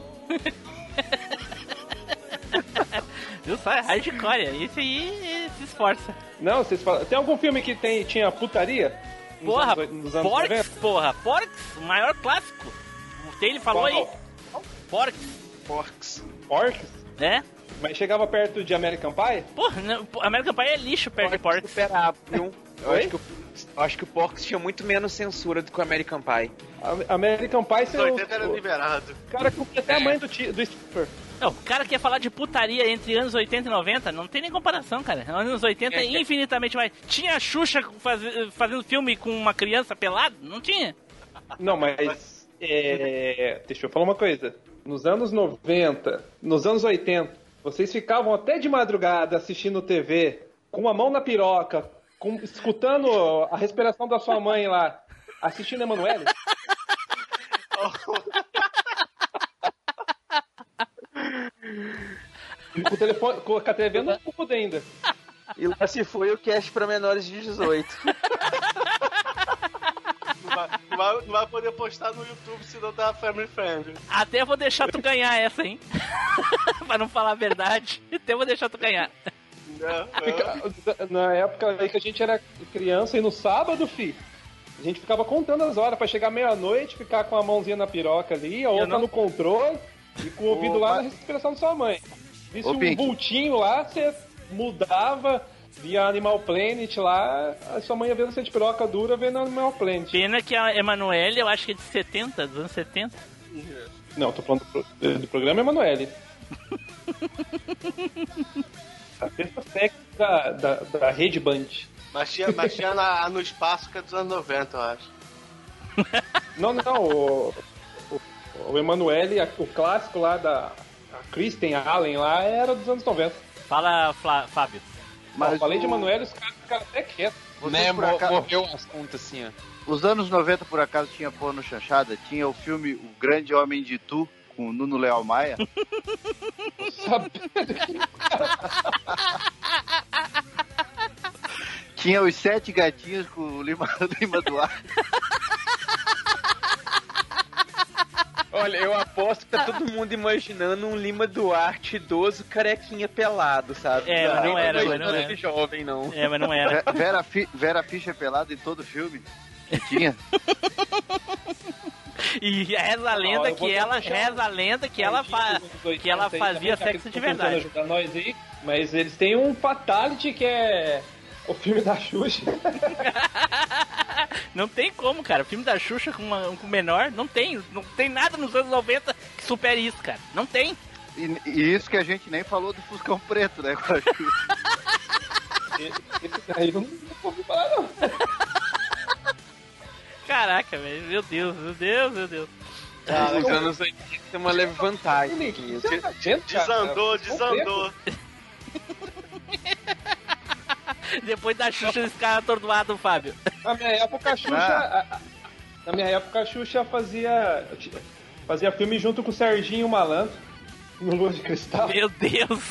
Viu só? É hardcore. Esse aí se esforça. Não, vocês falam. Tem algum filme que tem, tinha putaria? Nos Porra, anos, nos anos Porks, noventa? porra. Porks, o maior clássico. O Taylor falou aí. Porks. Porks. Porks? É? Mas chegava perto de American Pie? Porra, não, American Pie é lixo perto de Porks. Superava, viu? Eu acho, que o, eu acho que o Porks tinha muito menos censura do que o American Pie. A American Pie... Nos oitenta era liberado. O cara comia até a mãe do, do Stifler. Não, o cara quer falar de putaria entre anos oitenta e noventa, não tem nem comparação, cara. Anos oitenta é infinitamente mais. Tinha a Xuxa faz, fazendo filme com uma criança pelada? Não tinha. Não, mas... É, deixa eu falar uma coisa. Nos anos noventa, nos anos oitenta, vocês ficavam até de madrugada assistindo T V, com a mão na piroca, com, escutando a respiração da sua mãe lá, assistindo Emanuele? Com o telefone, com a T V no mudo ainda. E lá se foi o cast pra menores de dezoito. Não vai, não, vai, não vai poder postar no YouTube se não tá family friendly. Até vou deixar tu ganhar essa, hein? Pra não falar a verdade. Até vou deixar tu ganhar. Fica, na época aí que a gente era criança e no sábado, fi, a gente ficava contando as horas pra chegar meia-noite, ficar com a mãozinha na piroca ali, a outra não... no controle e com o ouvido Ô, lá mas... na respiração da sua mãe. Visse um Pink. Bultinho lá, você mudava via Animal Planet lá, a sua mãe ia vendo você de piroca dura vendo Animal Planet. Pena que a Emanuele, eu acho que é de setenta, dos anos setenta. Não, tô falando do, do programa Emanuele. A sexta série da, da, da Rede Band. Mas tinha, mas tinha na, no espaço que é dos anos noventa, eu acho. Não, não, o, o, o Emanuele, o clássico lá da a Kristen Allen lá, era dos anos noventa. Fala, Flá, Fábio. Mas eu falei o... de Emanuele, os caras ficaram até quietos. Né, acaso... morreu o assunto assim, ó. Os anos noventa, por acaso, tinha porno chanchada? Tinha o filme O Grande Homem de Tu, com o Nuno Leal Maia? Tinha os Sete Gatinhos com o Lima, Lima Duarte. Olha, eu aposto que tá todo mundo imaginando um Lima Duarte idoso, carequinha pelado, sabe? É, mas não era, mas não era. Jovem, não. É, mas não era. Vera, Fi, Vera Fischer pelada em todo filme. Que tinha. E reza a lenda não, que ela, reza a lenda que ela, fa, que ela fazia sexo de verdade. Ajudar nós aí, mas eles têm um fatality que é o filme da Xuxa. Não tem como, cara. O filme da Xuxa com, uma, com menor, não tem. Não tem nada nos anos noventa que supere isso, cara. Não tem. E, e isso que a gente nem falou do Fuscão Preto, né, com a Xuxa. Esse aí não ouvi falar, não. Caraca, velho. Meu Deus, meu Deus, meu Deus. Ah, nos anos oitenta tem uma leve vantagem aqui. Desandou, desandou. Depois da Xuxa, esse cara atordoado, Fábio. Na minha época, a Xuxa... Ah. Na minha época, a Xuxa fazia... Fazia filme junto com o Serginho Malandro. No Lua de Cristal. Meu Deus!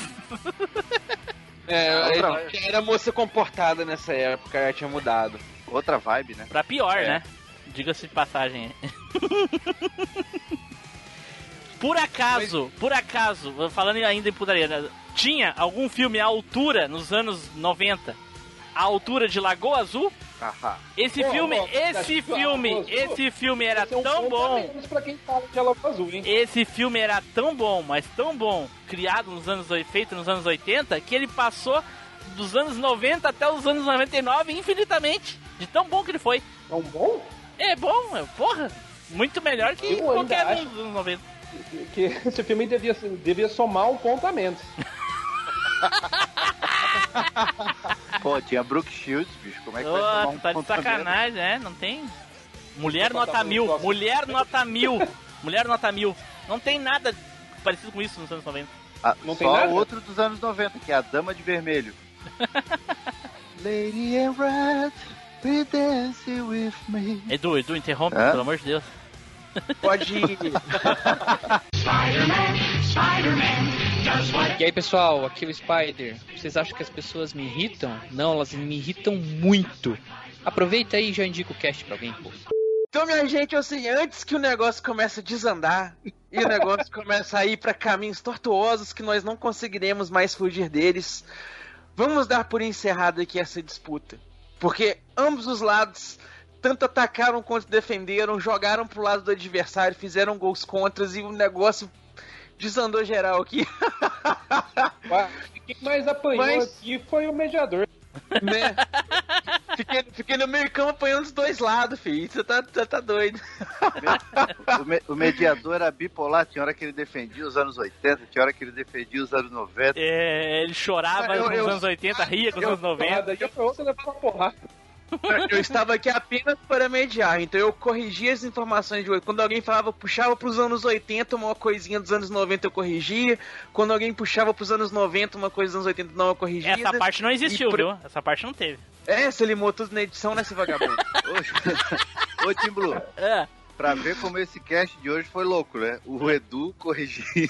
É, já era moça comportada nessa época, já tinha mudado. Outra vibe, né? Pra pior, é. né? Diga-se de passagem. Por acaso, Mas... por acaso, falando ainda em putaria, tinha algum filme à altura nos anos noventa? À altura de Lagoa Azul? Aham. Esse oh, filme, oh, esse filme, esse filme era esse é um tão bom. Pra quem fala de Lagoa Azul, hein? Esse filme era tão bom, mas tão bom, criado nos anos feito nos anos oitenta, que ele passou dos anos noventa até os anos noventa e nove infinitamente. De tão bom que ele foi. Tão bom? É bom, porra. Muito melhor que Eu qualquer um dos anos noventa. Que esse filme devia, devia somar um ponto a menos. Pô, tinha Brooke Shields, bicho. Como é que oh, vai somar um tá ponto de sacanagem, né? Não tem. Mulher nota mil. Mulher nota mil. Mulher nota mil. Não tem nada parecido com isso nos anos noventa. Ah, não só tem nada? Outro dos anos noventa, que é a Dama de Vermelho. Lady in Red, be dancing with me. Edu, Edu, interrompe, Hã? pelo amor de Deus. Pode ir. Spider-Man, Spider-Man, does what... E aí, pessoal, aqui é o Spider. Vocês acham que as pessoas me irritam? Não, elas me irritam muito. Aproveita aí e já indica o cast pra alguém, pô. Então, minha gente, assim, antes que o negócio comece a desandar e o negócio comece a ir pra caminhos tortuosos que nós não conseguiremos mais fugir deles, vamos dar por encerrado aqui essa disputa. Porque ambos os lados tanto atacaram quanto defenderam, jogaram pro lado do adversário, fizeram gols contras e o negócio desandou geral aqui. Quem mais apanhou Mas... aqui foi o mediador. Né? Fiquei, fiquei no meio campo apanhando os dois lados, filho. Você tá, tá, tá doido. O, me, o mediador era bipolar, tinha hora que ele defendia os anos oitenta, tinha hora que ele defendia os anos noventa. É, ele chorava eu, nos eu, anos oitenta, ria com os anos noventa. E outra outra levava porrada. Eu estava aqui apenas para mediar, então eu corrigia as informações de hoje. Quando alguém falava, puxava para os anos oitenta, uma coisinha dos anos noventa eu corrigia. Quando alguém puxava para os anos noventa, uma coisa dos anos oitenta não eu corrigia. Essa parte não existiu, pro... viu? Essa parte não teve. É, você limou tudo na edição, né, esse vagabundo? Ô, Tim Blue. É. Pra ver como esse cast de hoje foi louco, né? O Edu corrigindo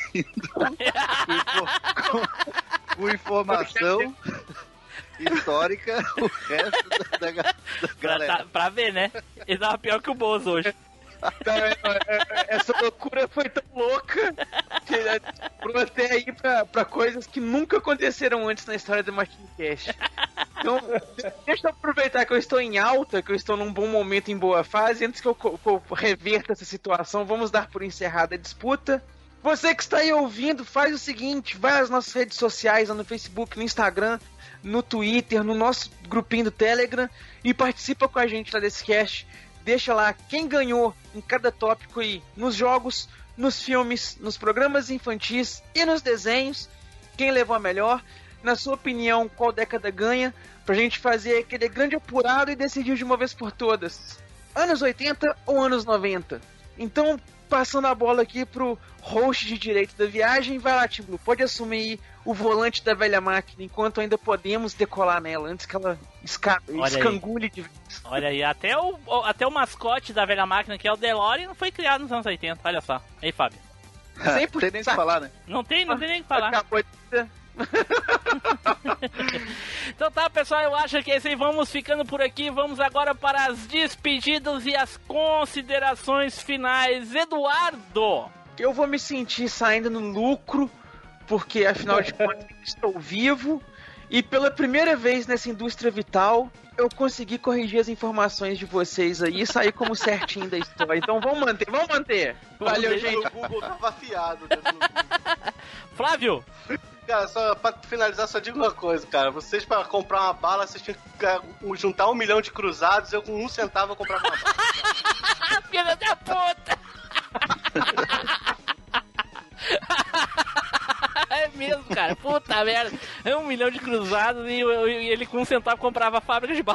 com, com, com informação histórica, o resto da, da, da galera. Pra, pra ver, né? Ele tava pior que o Bozo hoje. Essa loucura foi tão louca que foram até aí pra, pra coisas que nunca aconteceram antes na história do Machine Cast. Então, deixa eu aproveitar que eu estou em alta, que eu estou num bom momento, em boa fase. Antes que eu, que eu reverta essa situação, vamos dar por encerrada a disputa. Você que está aí ouvindo, faz o seguinte, vai às nossas redes sociais, no Facebook, no Instagram, no Twitter, no nosso grupinho do Telegram e participa com a gente lá desse cast. Deixa lá quem ganhou em cada tópico aí, nos jogos, nos filmes, nos programas infantis e nos desenhos. Quem levou a melhor, na sua opinião, qual década ganha, pra gente fazer aquele grande apurado e decidir de uma vez por todas. Anos oitenta ou anos noventa? Então, passando a bola aqui pro host de direito da viagem, vai lá, Tim Blue, pode assumir o volante da velha máquina enquanto ainda podemos decolar nela, antes que ela esca- escangule de vez. Olha aí, até o, até o mascote da velha máquina, que é o DeLorean, foi criado nos anos oitenta, olha só. Aí, Fábio. Não tem nem o que falar, né? Não tem, não tem nem o que falar. Acabou de ser. Então tá, pessoal, eu acho que é isso aí. Vamos ficando por aqui. Vamos agora para as despedidas e as considerações finais. Eduardo, eu vou me sentir saindo no lucro, porque afinal de contas estou vivo e pela primeira vez nessa indústria vital eu consegui corrigir as informações de vocês aí e sair como certinho da história. Então vamos manter, vamos manter. Valeu, gente. O Google tava afiado. Né? Flávio. Cara, só pra finalizar, só digo uma coisa, cara. Vocês, pra comprar uma bala, vocês tinham que juntar um milhão de cruzados. Eu, com um centavo, eu comprava uma bala. Filha da puta! É mesmo, cara. Puta merda. É um milhão de cruzados e, e ele com um centavo comprava a fábrica de bala.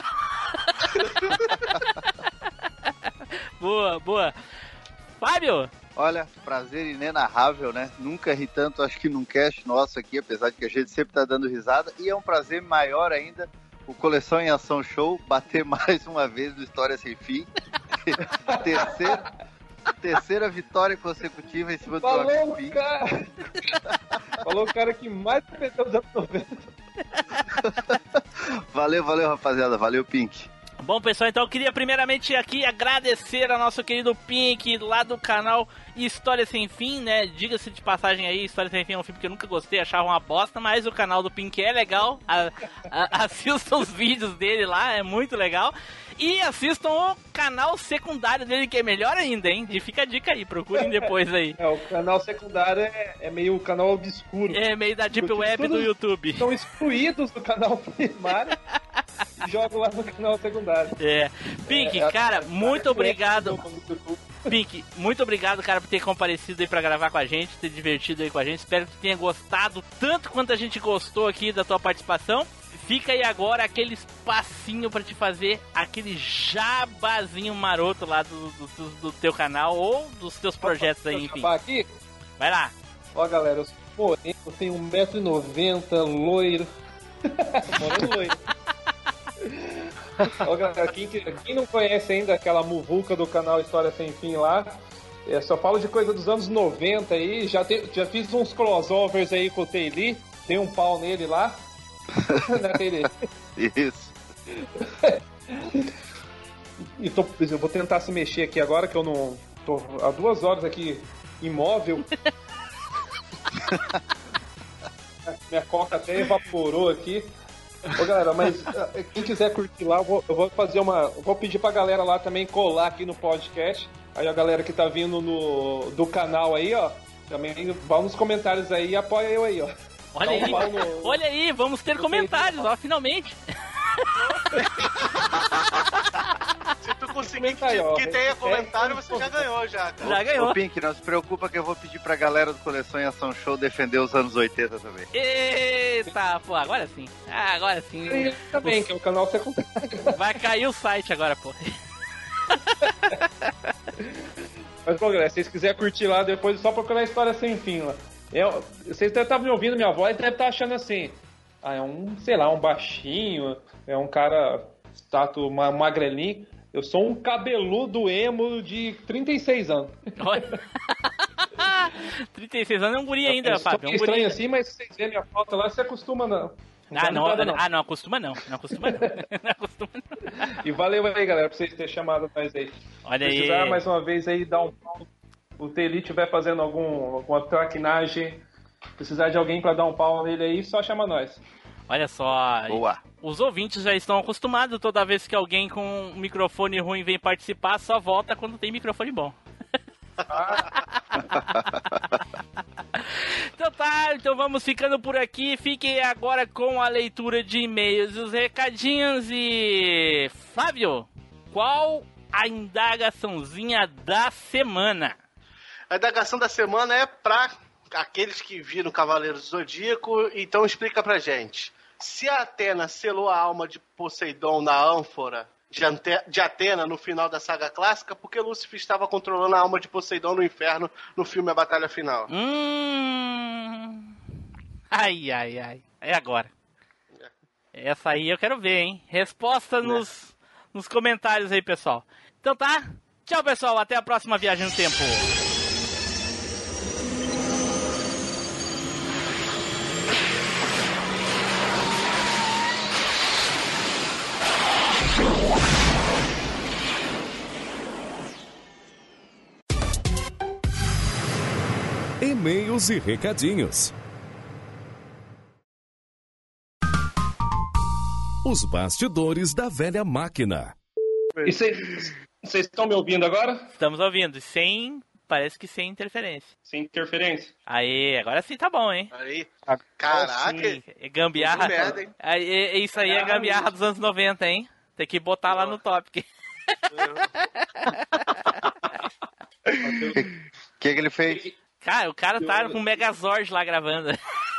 Boa, boa. Fábio! Olha, prazer inenarrável, né? Nunca ri tanto, acho que num cast nosso aqui, apesar de que a gente sempre tá dando risada. E é um prazer maior ainda o Coleção em Ação Show bater mais uma vez no História Sem Fim. Terceira, terceira vitória consecutiva em cima do Falou o cara! Falou o cara que mais perdeu os anos noventa. Valeu, valeu, rapaziada. Valeu, Pink. Bom, pessoal, então eu queria primeiramente aqui agradecer ao nosso querido Pink, lá do canal História Sem Fim, né? Diga-se de passagem aí, História Sem Fim é um filme que eu nunca gostei, achava uma bosta, mas o canal do Pink é legal. A, a, assistam os vídeos dele lá, é muito legal. E assistam o canal secundário dele, que é melhor ainda, hein? E fica a dica aí, procurem depois aí. É, o canal secundário é, é meio o canal obscuro. É meio da Deep Web do YouTube. Estão excluídos do canal primário e jogam lá no canal secundário. É. Pink, é, cara, muito obrigado. Pink, muito obrigado, cara, por ter comparecido aí pra gravar com a gente, ter divertido aí com a gente. Espero que tenha gostado tanto quanto a gente gostou aqui da tua participação. Fica aí agora aquele espacinho pra te fazer aquele jabazinho maroto lá do, do, do teu canal ou dos teus projetos aí, enfim. Aqui? Vai lá. Ó, galera, eu sou moreno, eu tenho um metro e noventa, loiro. Moreno loiro. Ó, galera, quem, quem não conhece ainda aquela muvuca do canal História Sem Fim lá, é, só falo de coisa dos anos noventa aí, já, te, já fiz uns crossovers aí com o Taylor, tem um pau nele lá. Né, Taylor? Isso. E tô, eu vou tentar se mexer aqui agora, que eu não... tô há duas horas aqui imóvel. Minha coca até evaporou aqui. Ô galera, mas uh, quem quiser curtir lá, eu vou, eu vou fazer uma. Eu vou pedir pra galera lá também colar aqui no podcast. Aí a galera que tá vindo no, do canal aí, ó, também vá nos comentários aí e apoia eu aí, ó. Olha aí, no... olha aí, vamos ter comentários, ó, finalmente. Se tu conseguir que, aí, ó, que tenha comentário, você já ganhou, já, cara. Já ganhou. Ô, Pink, não se preocupa que eu vou pedir pra galera do Coleção em Ação Show defender os anos oitenta também. Eita, pô, agora sim. Ah, agora sim. E também, que é o canal secundário. Vai cair o site agora, pô. Mas, bom, galera, se vocês quiserem curtir lá, depois é só procurar a História Sem Fim lá. Eu, vocês devem estar me ouvindo, minha voz deve estar achando assim... Ah, é um, sei lá, um baixinho, é um cara status ma magrelinho. Eu sou um cabeludo emo de trinta e seis anos. Olha. trinta e seis anos é um guri ainda, é, Fábio. É um estranho guri. assim, mas se vocês verem minha foto lá, você acostuma não. Não ah, não, nada, não. ah, não acostuma não. Não acostuma não. Não acostuma não. E valeu aí, galera, por vocês terem chamado nós aí. Olha Se precisar aí. mais uma vez aí, dar um pau. O Teli estiver fazendo algum, alguma traquinagem, precisar de alguém pra dar um pau nele aí, só chama nós. Olha só, Boa. Os ouvintes já estão acostumados, toda vez que alguém com um microfone ruim vem participar, só volta quando tem microfone bom. Então tá, então vamos ficando por aqui. Fiquem agora com a leitura de e-mails e os recadinhos. E Flávio, qual a indagaçãozinha da semana? A indagação da semana é pra aqueles que viram Cavaleiros do Zodíaco, então explica pra gente. Se a Atena selou a alma de Poseidon na ânfora de, Ante de Atena no final da saga clássica, porque Lúcifer estava controlando a alma de Poseidon no inferno no filme A Batalha Final? Hum... Ai, ai, ai. É agora. Essa aí eu quero ver, hein? Resposta nos, nos comentários aí, pessoal. Então tá. Tchau, pessoal. Até a próxima viagem no tempo. E-mails e recadinhos. Os bastidores da velha máquina. E vocês estão me ouvindo agora? Estamos ouvindo, sem... Parece que sem interferência. Sem interferência? Aí, agora sim tá bom, hein? Aí, caraca. Sim, é gambiarra. Merda, hein? Aí, isso aí é gambiarra dos anos noventa, hein? Tem que botar lá no top. O que, que que ele fez? Cara, o cara tá com o Megazord lá gravando.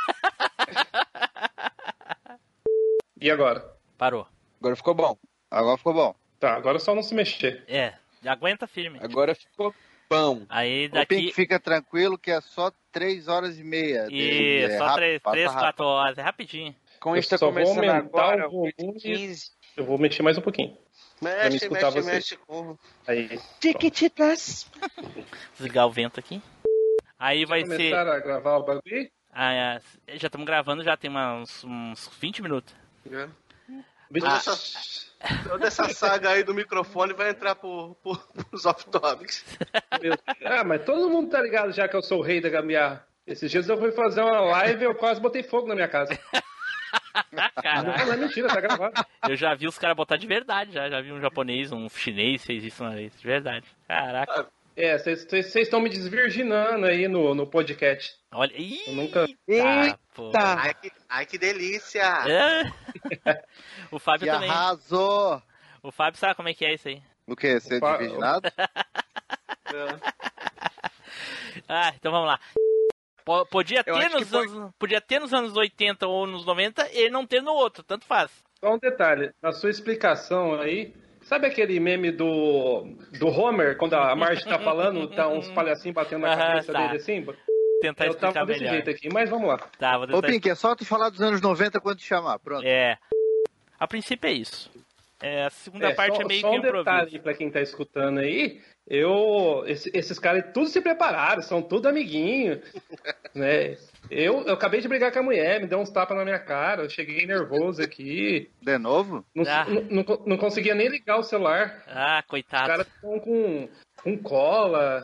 E agora? Parou. Agora ficou bom. Agora ficou bom. Tá, agora é só não se mexer. É, aguenta firme. Agora ficou bom. Aí O daqui... Pink fica tranquilo que é só três horas e meia. Isso, é só rápido, três, passa quatro horas, é rapidinho. Com Eu isso tá só vou começando aumentar agora, o volume. quinze. Eu vou mexer mais um pouquinho. Pra me Mexe, escutar mexe, vocês. mexe. Com... Aí. Tiquititas. Desligar o vento aqui. Aí vai ser... Começaram a gravar o bagulho? Ah, é, já estamos gravando, já tem uns, uns vinte minutos. É. Toda, Ah. essa, toda essa saga aí do microfone vai entrar por, por, pros off-topics. Ah, mas todo mundo tá ligado já que eu sou o rei da gambiarra. Esses dias eu fui fazer uma live e eu quase botei fogo na minha casa. Não, não é mentira, tá gravado. Eu já vi os caras botar de verdade, já. Já vi um japonês, um chinês fez isso uma vez, de verdade. Caraca. É, vocês estão me desvirginando aí no, no podcast. Olha, ih, eu nunca... Eita, pô. Ai, que, ai, que delícia! É. O Fábio que também. Arrasou! O Fábio sabe como é que é isso aí. O quê? Ser Opa, desvirginado? Ah, então vamos lá. P- Podia Eu ter, acho que nos foi- anos, podia ter nos anos oitenta ou nos noventa e não ter no outro, tanto faz. Só um detalhe, na sua explicação aí, sabe aquele meme do, do Homer, quando a Marge tá falando, tá uns palhacinhos batendo na Aham, cabeça tá. dele assim? Tentar Eu explicar tava desse melhor. jeito aqui, mas vamos lá. Tá, vou Ô, tentar Pink, é só tu falar dos anos noventa quando te chamar, pronto. É. A princípio é isso. É, a segunda É, parte só, é meio só que um improviso. detalhe pra quem tá escutando aí, eu, esse- esses caras tudo se prepararam, são tudo amiguinho, né? Eu, eu acabei de brigar com a mulher, me deu uns tapas na minha cara, eu cheguei nervoso aqui. De novo? Não, Ah. não, não, não conseguia nem ligar o celular. Ah, Os coitado. caras estão com, com cola.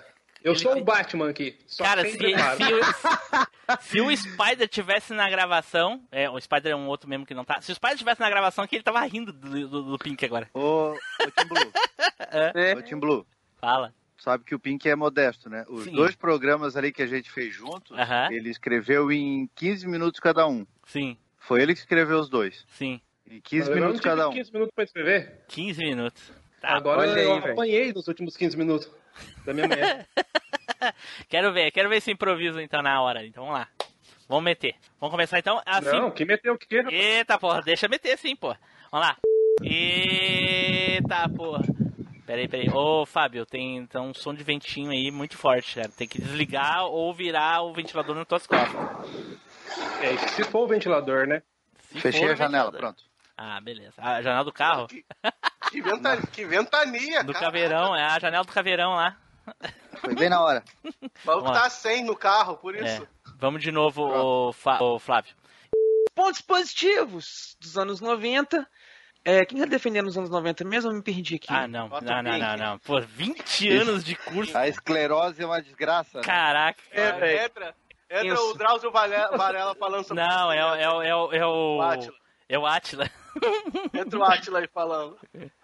Eu sou o Batman aqui. Só Cara, sem se, preparo. se, o, se o Spider tivesse na gravação... É, o Spider é um outro mesmo que não tá. Se o Spider tivesse na gravação aqui, ele tava rindo do, do, do Pink agora. Ô, ô Tim Blue. É. Ô, Tim Blue. Fala. Sabe que o Pink é modesto, né? Os Sim. dois programas ali que a gente fez juntos, Aham. ele escreveu em quinze minutos cada um. Sim. Foi ele que escreveu os dois. Sim. Em quinze Eu minutos não tive cada um. quinze minutos pra escrever. quinze minutos. Tá, Agora olha eu aí, velho. apanhei nos últimos quinze minutos da minha manhã. Quero ver, quero ver esse improviso então na hora. Então vamos lá. Vamos meter. Vamos começar então assim. Não, que meteu o quê, rapaz? Eita porra, deixa meter sim, porra. Vamos lá. Eita porra. Peraí, peraí. Ô Fábio, tem então, um som de ventinho aí muito forte, cara. Tem que desligar ou virar o ventilador nas tuas costas. É, se for o ventilador, né? Se Fechei for a o janela, ventilador. pronto. Ah, beleza. A janela do carro? Que, venta, que ventania, Do cara. caveirão, é a janela do caveirão lá. Foi bem na hora. O maluco Vamos lá. tá sem no carro, por isso. É. Vamos de novo, ô, Fa- ô, Flávio. Pontos positivos dos anos noventa. É, quem tá defendendo os anos noventa mesmo? Eu me perdi aqui. Ah, não. Bota Não, o não, Pink. não, não. Pô, vinte anos de curso. A esclerose é uma desgraça. Né? Caraca. É, velho. Entra, entra Isso. o Drauzio Varela, Varela falando sobre Não, é, o- é, o- é, o- é o. O Átila. É o Átila. Entra o Átila aí falando.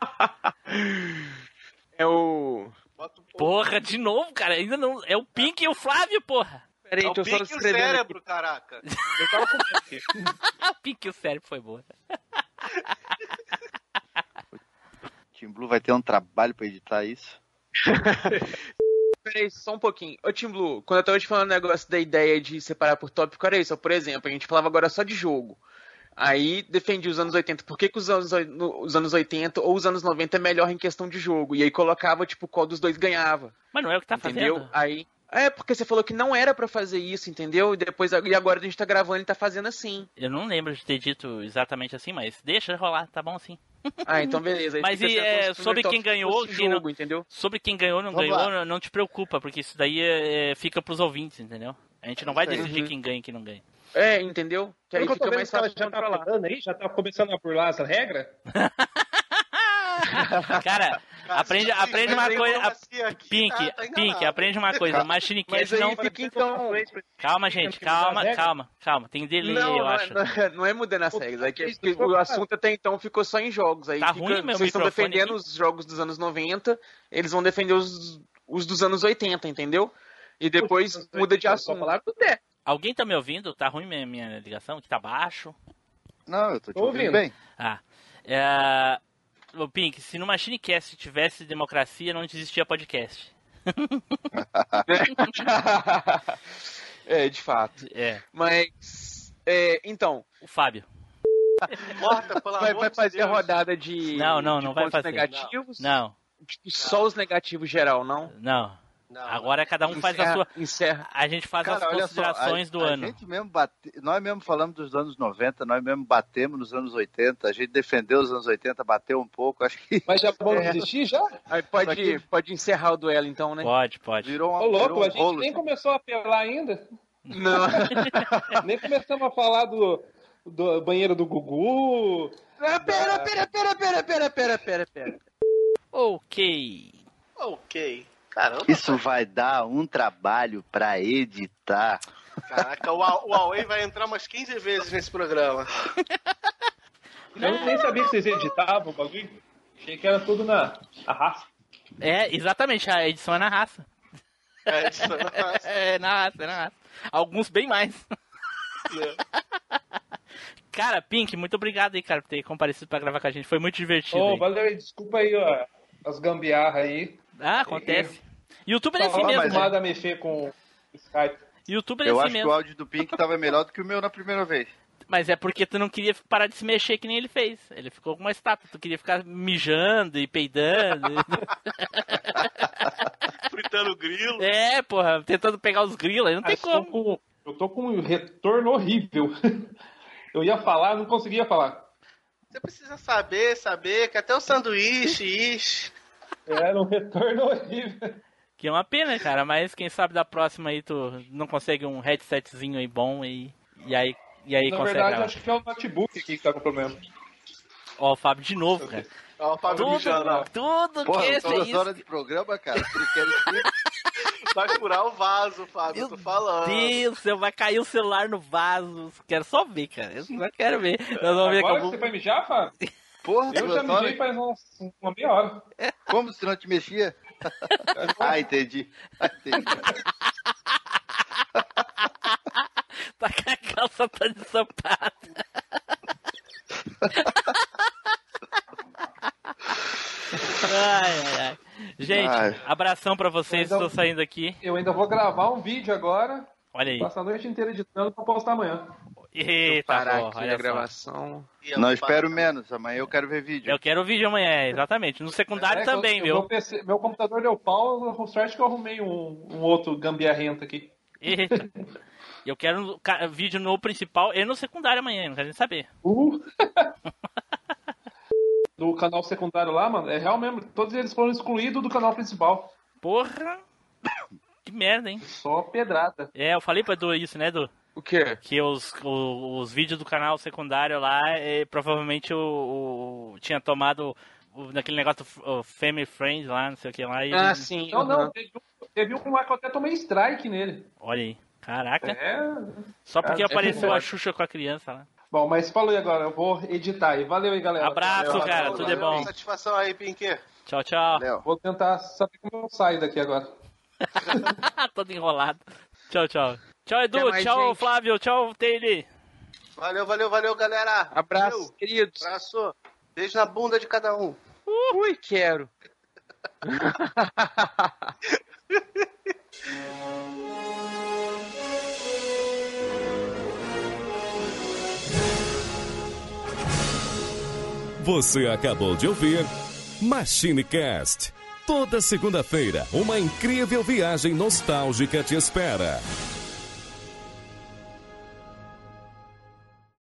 É o... Bota o Porra, de novo, cara. Ainda não. É o Pink e o Flávio, porra. Peraí, É o tô só Pink e o escrevendo aqui. cérebro, caraca. Eu tava com aqui. O Pink e o cérebro foi boa. Tim Blue vai ter um trabalho pra editar isso. Peraí, só um pouquinho. Ô, Tim Blue, quando eu tava te falando o negócio da ideia de separar por tópico, era isso. Ó, por exemplo, a gente falava agora só de jogo. Aí defendi os anos oitenta. Por que, que os, anos, oi- no- os anos oitenta ou os anos noventa é melhor em questão de jogo? E aí colocava, tipo, qual dos dois ganhava. Mas não é o que tá Entendeu? fazendo. Aí. É, porque você falou que não era pra fazer isso, entendeu? E depois e agora a gente tá gravando e tá fazendo assim. Eu não lembro de ter dito exatamente assim, mas deixa rolar, tá bom assim. Ah, então beleza. Aí Mas fica e, assim, é, como se o sobre primeiro quem tópico ganhou, fosse quem não- jogo, entendeu? Sobre quem ganhou ou não Vamos ganhou, lá. não, não te preocupa, porque isso daí é, é, fica pros ouvintes, entendeu? A gente não vai Isso aí. decidir Uhum. quem ganha e quem não ganha. É, entendeu? Que aí Pelo que eu tô fica vendo, mais os caras fácil de já tá controlar. falando aí, já tá começando a burlar essa regra. Cara, aprende, Cara, aprende se uma tem coisa. diplomacia aqui, Pink, tá- tá Pink, enganado. aprende uma coisa. Machinecast Mas aí não. fica então... Calma, gente, calma, calma, calma. Tem delay, Não, eu não, é, acho. não, é, não é mudando as regras, é que, isso, porque isso, o cara. assunto até então ficou só em jogos. Aí Tá fica, ruim meu vocês estão microfone defendendo aqui? os jogos dos anos noventa, eles vão defender os, os dos anos oitenta, entendeu? E depois Putz, muda de só assunto. falar do Té. Alguém tá me ouvindo? Tá ruim minha, minha ligação? Que tá baixo? Não, eu tô te Tô ouvindo ouvindo. bem. Ah. É... Ô, Pink, se no Machinecast tivesse democracia, não existia podcast. É, de fato. É. Mas, é, então, O Fábio. Corta, pelo vai, amor vai de fazer a Deus. rodada de, Não, não, de não vai pontos fazer. negativos? Não, Tipo, só os negativos geral, não? não. Não, Agora cada um faz a Encerra- sua. Encerra. A gente faz Cara, as olha só, considerações a, do a ano. gente mesmo bate, nós mesmo falamos dos anos noventa, nós mesmo batemos nos anos oitenta, a gente defendeu os anos oitenta, bateu um pouco, acho que Mas já vamos É. desistir já? Aí pode, Só que- pode encerrar o duelo, então, né? Pode, pode. virou, uma, Ô, louco, virou um a gente rolo. nem começou a apelar ainda. Não. Nem começamos a falar do, do banheiro do Gugu. Ah, pera, pera, pera, pera, pera, pera, pera, pera. Ok. Ok. Caramba. Isso vai dar um trabalho pra editar. Caraca, o Hua- o Huawei vai entrar umas quinze vezes nesse programa. Eu nem sabia que vocês editavam o bagulho. Achei que era tudo na arrasta. É, exatamente, a edição é na raça. É, isso não é É, na raça, é na raça. Alguns bem mais. Cara, Pink, muito obrigado aí, cara, por ter comparecido pra gravar com a gente. Foi muito divertido. Ô, aí. valeu aí, desculpa aí, ó, as gambiarra aí. Ah, acontece. YouTuber é assim Tava mesmo. acostumado né? a mexer com Skype. YouTuber é Eu assim acho mesmo. que o áudio do Pink tava melhor do que o meu na primeira vez. Mas é porque tu não queria parar de se mexer que nem ele fez. Ele ficou com uma estátua. Tu queria ficar mijando e peidando. Fritando grilo. É, porra, tentando pegar os grilos. Aí não tem Mas tô como. com- eu tô com um retorno horrível. Eu ia falar, não conseguia falar. Você precisa saber, saber que até o sanduíche, ixi. Era um retorno horrível. Que é uma pena, cara. Mas quem sabe da próxima aí tu não consegue um headsetzinho aí bom e, e aí, e aí Na consegue verdade, gravar. acho que é o notebook aqui que tá com problema. Ó, o Fábio de novo, cara. Ó, o Fábio Tudo, mijando, ó. tudo Porra, que esse é duas isso. horas de programa, cara. Vocês querem que- Vai furar o vaso, Fábio, eu tô falando. Meu Deus do céu, vai cair o celular no vaso. Quero só ver, cara. Eu só quero ver. Nós vamos ver Agora como... você vai mijar, Fábio? Porra, eu já mijei faz uns, uma meia hora. Como se não te mexia? Ah, entendi. Ah, entendi. Tá com a calça toda ensoppada. Ai, ai, ai. Gente, ai. abração pra vocês, estou saindo aqui. Eu ainda vou gravar um vídeo agora. Olha aí. Passar a noite inteira editando pra postar amanhã. Eita, parar porra, aqui a gravação. Não, espero menos. Amanhã eu quero ver vídeo. Eu quero vídeo amanhã, exatamente. No secundário é, também, eu, viu? Meu, P C, meu computador deu pau, com sorte que eu arrumei um, um outro gambiarrento aqui. Eita. Eu quero vídeo no principal e no secundário amanhã, não quero nem saber. Uh. Do canal secundário lá, mano, é real mesmo. Todos eles foram excluídos do canal principal. Porra! Que merda, hein? Só pedrada. É, eu falei pra Edu isso, né, Edu? O quê? Que os, os, os vídeos do canal secundário lá, é, provavelmente o, o tinha tomado o, naquele negócio do Family Friends lá, não sei o que lá. E ah, ele... sim. Não, uhum. não, teve, teve um lá que eu até tomei strike nele. Olha aí, caraca. É... Só porque é, apareceu é a Xuxa com a criança lá. Bom, mas falou aí agora, eu vou editar aí. Valeu aí, galera. Abraço, valeu, cara, valeu, tudo valeu. é bom. Satisfação aí, Pinky. Tchau, tchau. Valeu. Vou tentar saber como eu saio daqui agora. Todo enrolado. Tchau, tchau. Tchau, Edu. Mais, tchau, gente. Flávio. Tchau, Taylor. Valeu, valeu, valeu, galera. Abraço, valeu. queridos. Abraço. Beijo na bunda de cada um. Uh. Ui, quero. Você acabou de ouvir MachineCast. Toda segunda-feira, uma incrível viagem nostálgica te espera.